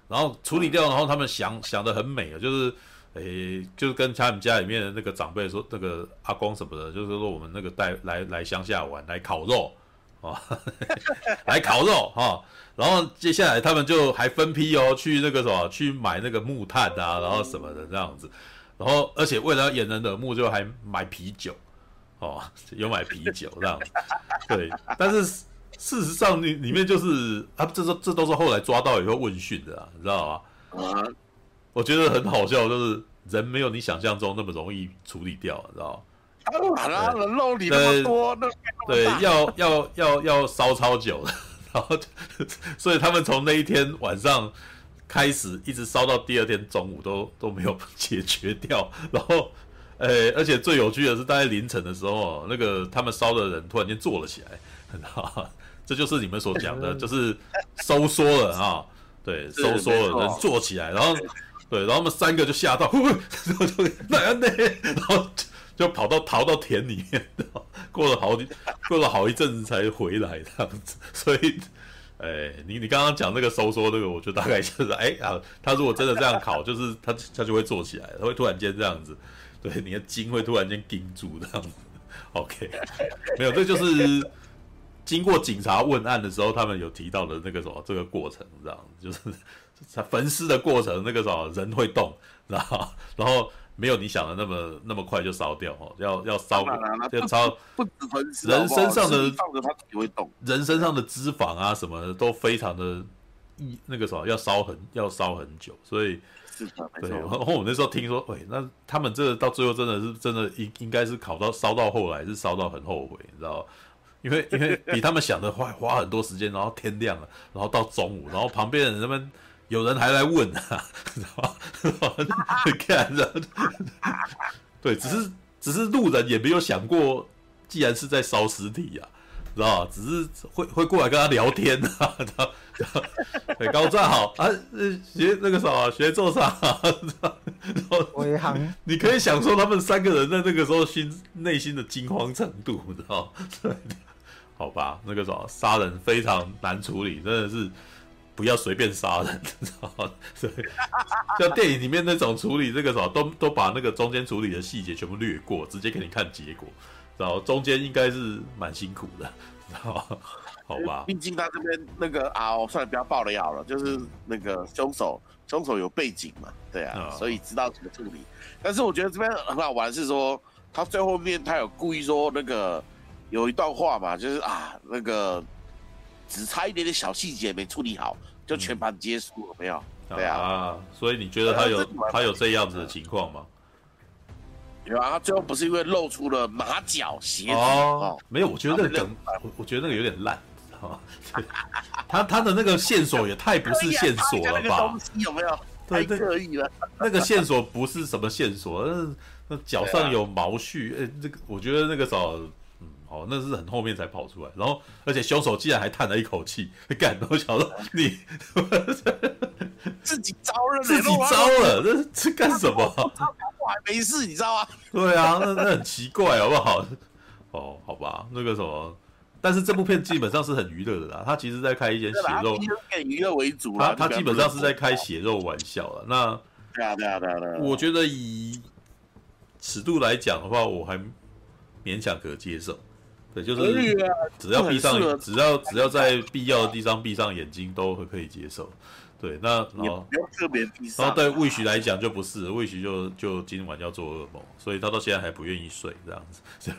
然后处理掉，然后他们想想的很美啊，就是。诶，就是跟他们家里面的那个长辈说，那个阿公什么的，就是说我们那个带来来乡下玩，来烤肉啊，来烤肉哈。然后接下来他们就还分批哦，去那个什么，去买那个木炭啊，然后什么的这样子。然后而且为了掩人耳目，就还买啤酒哦，有买啤酒这样子。对，但是事实上里里面就是啊，这都这都是后来抓到以后问讯的啊，你知道吗？啊。我觉得很好笑，就是人没有你想象中那么容易处理掉，你知道吗？ 当然了，肉里那么多，那对，要要要要烧超久的，然后所以他们从那一天晚上开始，一直烧到第二天中午都都没有解决掉。然后，呃，而且最有趣的是，大概凌晨的时候，那个他们烧的人突然间坐了起来，你知道吗？这就是你们所讲的，就是收缩了啊，对，收缩了，人坐起来，然后。对，然后他们三个就吓到，然后就那那，然后就跑到逃到田里面，过了好过了好一阵子才回来这样子。所以，哎，你你刚刚讲那个收缩那个，我就大概就是，哎啊，他如果真的这样烤，就是他他就会坐起来，他会突然间这样子，对，你的筋会突然间盯住这样子。OK， 没有，这就是经过警察问案的时候，他们有提到的那个什么这个过程，这样就是。焚尸的过程，那个什么人会动，然后然后没有你想的那么那么快就烧掉哦，要要烧，要烧不止焚尸， 人身上的它自己会动， 人身上的脂肪啊什么的都非常的那个什么要烧很要烧很久，所以是的， 对。然后我那时候听说，喂，那他们这个到最后真的是真的应应该是烤到烧到后来是烧到很后悔，你知道吗？因为因为比他们想的花花很多时间，然后天亮了，然后到中午，然后旁边的人他们。有人还来问啊，知道吗？看着，对，只是只是路人也没有想过，既然是在烧尸体啊，知道吗？只是会会过来跟他聊天啊，然后对，高站好啊，学那个什么学做啥，然后微航， 你可以享受他们三个人在那个时候心内心的惊慌程度，你知道吗？好吧，那个什么杀人非常难处理，真的是。不要随便杀人，知道吗？对，像电影里面那种处理这个什么，都都把那个中间处理的细节全部略过，直接给你看结果，知道吗？中间应该是蛮辛苦的，知道吗？好吧。 毕竟他这边那个啊，我算了，不要爆雷好了，就是那个凶手，凶手有背景嘛，对啊，哦、所以知道怎么处理。但是我觉得这边很好玩是说，他最后面他有故意说那个有一段话嘛，就是啊那个。只差一点点小细节没处理好，就全盘结束了，没有？对啊， 啊所以你觉得他有他有这样子的情况吗？ 有啊，他最后不是因为露出了马脚鞋子哦，哦没有，我觉得那个梗，我我觉得那个有点烂啊。他他的那个线索也太不是线索了吧？ 有没有？太刻意了。 那个线索不是什么线索，那那脚上有毛絮，哎、欸，这个我觉得那个早。哦，那是很后面才跑出来，然后而且凶手竟然还叹了一口气，干，我想说你自己招了， 自己招了，这这干什么？ 我还没事，你知道吗？ 对啊，那那很奇怪，好不好？哦，好吧，那个什么，但是这部片基本上是很娱乐的啦，他其实在开一间血肉， 以娱乐为主啦，他他基本上是在开血肉玩笑了。那对啊，对啊，对啊，对啊， 我觉得以尺度来讲的话，我还勉强可接受。对，就是只要闭上，只要只要在必要的地方闭上眼睛，都可以接受。对，那然后不用特别闭上。 然后对魏许来讲就不是，魏许就就今晚要做噩梦，所以他到现在还不愿意睡这样子。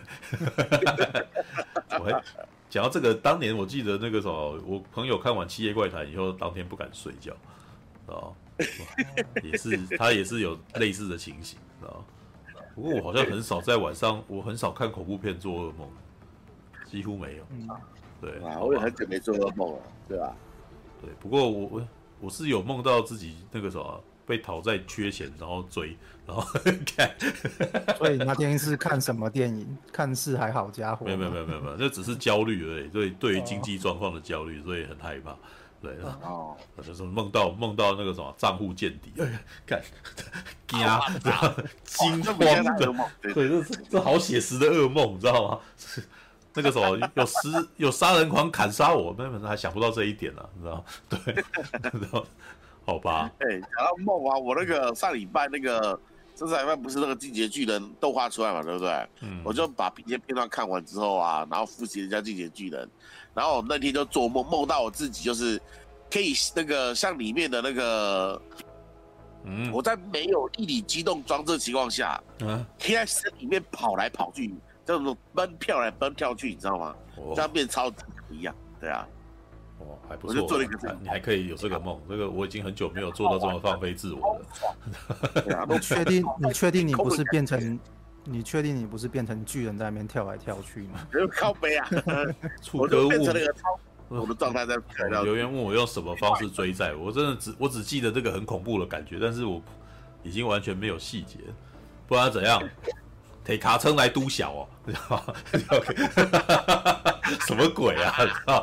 我还讲到这个，当年我记得那个什么，我朋友看完《七夜怪谈》以后，当天不敢睡觉，哦，也是他也是有类似的情形，知道？不过我好像很少在晚上，我很少看恐怖片做噩梦。几乎没有，嗯、对啊，我也很久没做噩梦了，对吧？ 对，不过我我我是有梦到自己那个什么被讨债缺钱，然后追，然后看。 所以那天是看什么电影？看似还好家伙。 没有没有没有没有没有，这只是焦虑而已，对，对于经济状况的焦虑，所以很害怕。对，哦，就是梦到梦到那个什么账户见底，哎，看，惊，惊慌的，对，这这好写实的噩梦，你知道吗？那个时候有杀有杀人狂砍杀我，那本还想不到这一点呢、啊，你知道吗？对，然后好吧。 哎、欸，讲到梦啊，我那个上礼拜那个这上礼拜不是那个《进击的巨人》动画出来嘛，对不对？嗯，我就把一些片段看完之后啊，然后复习人家《进击的巨人》，然后我那天就做梦，梦到我自己就是可以那个像里面的那个，嗯，我在没有立体机动装置的情况下，嗯，可以在山里面跑来跑去，这种奔跳来奔跳去，你知道吗？哦、这样变超级一样，对啊。 哦，还不错。我就做了一个这个，你还可以有这个梦，这个我已经很久没有做到这么放飞自我了。你确定？你确定你不是变成？你确定你不是变成巨人在那边跳来跳去吗？ 没有靠背啊！ 触哥变成那个超我的状态在留言问我用什么方式追债，我真的只我只记得这个很恐怖的感觉，但是我已经完全没有细节，不然怎样？提卡称来督小哦，你知道吗？什么鬼啊！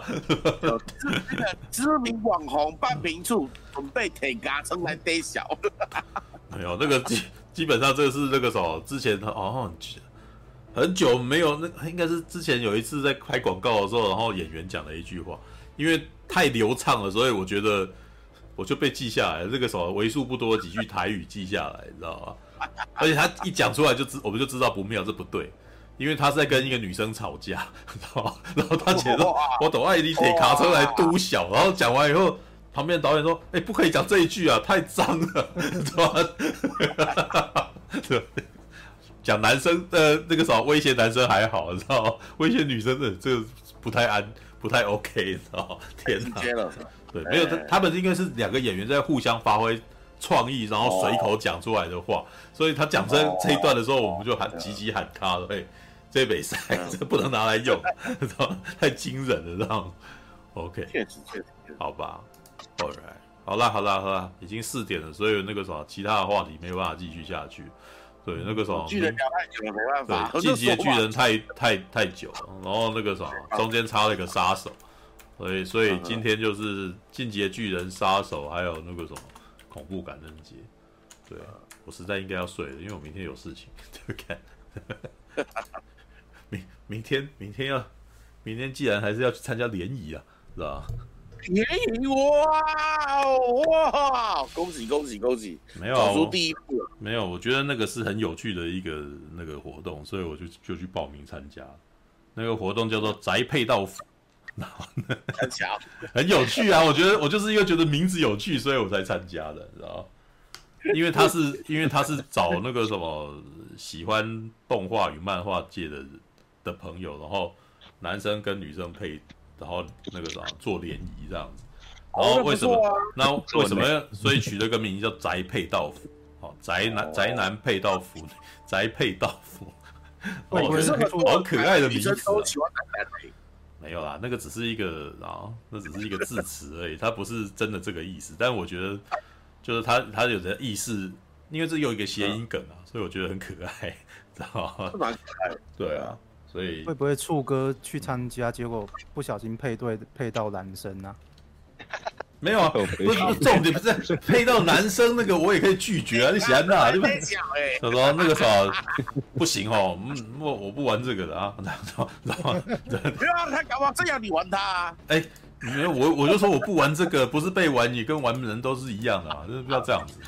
知名网红半瓶醋准备提卡称来逮小。 没有那个基基本上这个是那个什么之前哦很久没有那应该是之前有一次在拍广告的时候，然后演员讲了一句话，因为太流畅了，所以我觉得我就被记下来了。这个什么为数不多的几句台语记下来，你知道吗？而且他一讲出来就知我们就知道不妙，这不对。因为他是在跟一个女生吵架，知道吗？然后他姐说：“我懂爱你铁卡车来督小。”然后讲完以后，旁边导演说：“哎、欸，不可以讲这一句啊，太脏了，知道吗？”讲男生呃那个什么威胁男生还好，知道吗？威胁女生的这个不太安，不太 OK， 知道吗？天哪！对，没有他他们应该是两个演员在互相发挥创意，然后随口讲出来的话，所以他讲这这一段的时候，我们就喊急急喊卡了，哎。这比赛这不能拿来用，太惊人了，这样 OK， 确实确实， 好吧 ，All right， 好啦好啦好啦，已经四点了，所以那个什么其他的话题没办法继续下去，对，那个什么巨人聊太久了，没办法， 对，进击的巨人太太太久了，然后那个什么中间插了一个杀手，所以所以今天就是进击的巨人杀手，还有那个什么恐怖感恩节，对，我实在应该要睡了，因为我明天有事情，对不对？明明天明天要，明天既然还是要去参加联谊啊，是吧？ 联谊哇哇！恭喜恭喜恭喜！ 没有啊， 走出第一步了。 没有，我觉得那个是很有趣的一个那个活动，所以我就就去报名参加。那个活动叫做宅配到府，然后呢， 很巧， 很有趣啊！我觉得我就是因为觉得名字有趣，所以我才参加的，知道吗？因为他是因为他是找那个什么喜欢动画与漫画界的的朋友，然后男生跟女生配，然后那个啥做联谊这样子。然后为什么？哦啊、那为什么？所以取了个名叫宅配到府，哦，宅男宅男配到府，宅配到府，哦，好可爱的名字、啊。没有啦，那个只是一个啊，那只是一个字词而已，它不是真的这个意思。但我觉得。就是他，他有的意思，因为这有一个谐音梗啊，嗯、所以我觉得很可爱，知道吗？ 蛮可爱的。 对啊，所以会不会触哥去参加，结果不小心配对配到男生啊？ 没有啊，不是重点不是配到男生那个，我也可以拒绝啊，你喜欢那对吧？他说那个啥不行哦，嗯，我我不玩这个的啊，然后然后对啊，他搞不好这样你玩他啊？ 哎。没有，我我就说我不玩这个，不是被玩你跟玩人都是一样的啊，就是不要这样子。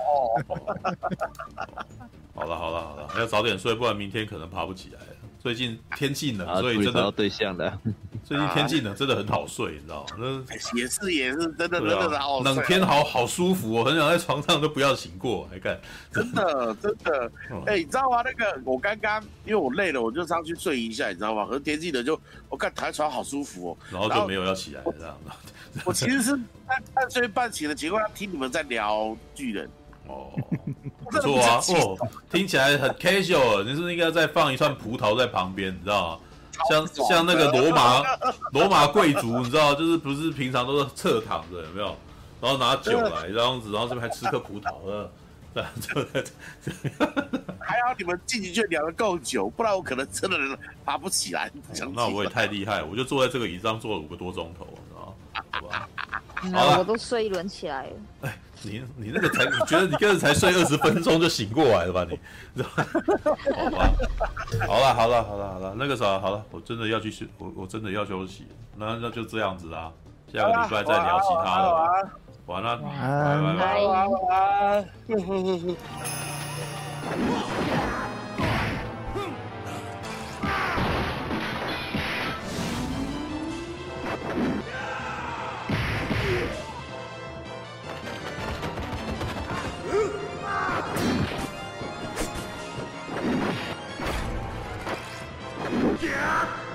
好了好了好了，要早点睡，不然明天可能爬不起来了。最近天气冷，所以真的对象的。 最近天气冷，真的很好睡，你知道吗？ 也是也是，真的真的好睡。 冷天好好舒服，我很想在床上都不要醒过来看。 真的真的，哎，你知道吗？那个我刚刚因为我累了，我就上去睡一下，你知道吗？可是天气冷就我看躺在床好舒服哦， 然后就没有要起来这样。 我其实是半睡半醒的情况下听你们在聊巨人。 哦，不错啊！哦，听起来很 casual。你是不是应该再放一串葡萄在旁边？你知道吗？像像那个罗马罗马贵族，你知道，就是不是平常都是侧躺着，有没有？然后拿酒来这样子，然后这边还吃颗葡萄，这样就还好你们进去就聊得够久，不然我可能真的爬不起来。 哦、那我也太厉害，我就坐在这个椅子上坐了五个多钟头，你知道吗？好吧。 好我都睡一轮起来了。 哎，你你那个才，你觉得你刚才才睡二十分钟就醒过来了吧？你，好吧，好了好了好了好了，那个啥好了，我真的要去休，我我真的要休息，那那就这样子啦，下个礼拜再聊其他的。 晚安， 晚安拜拜。 晚安。 Yeah!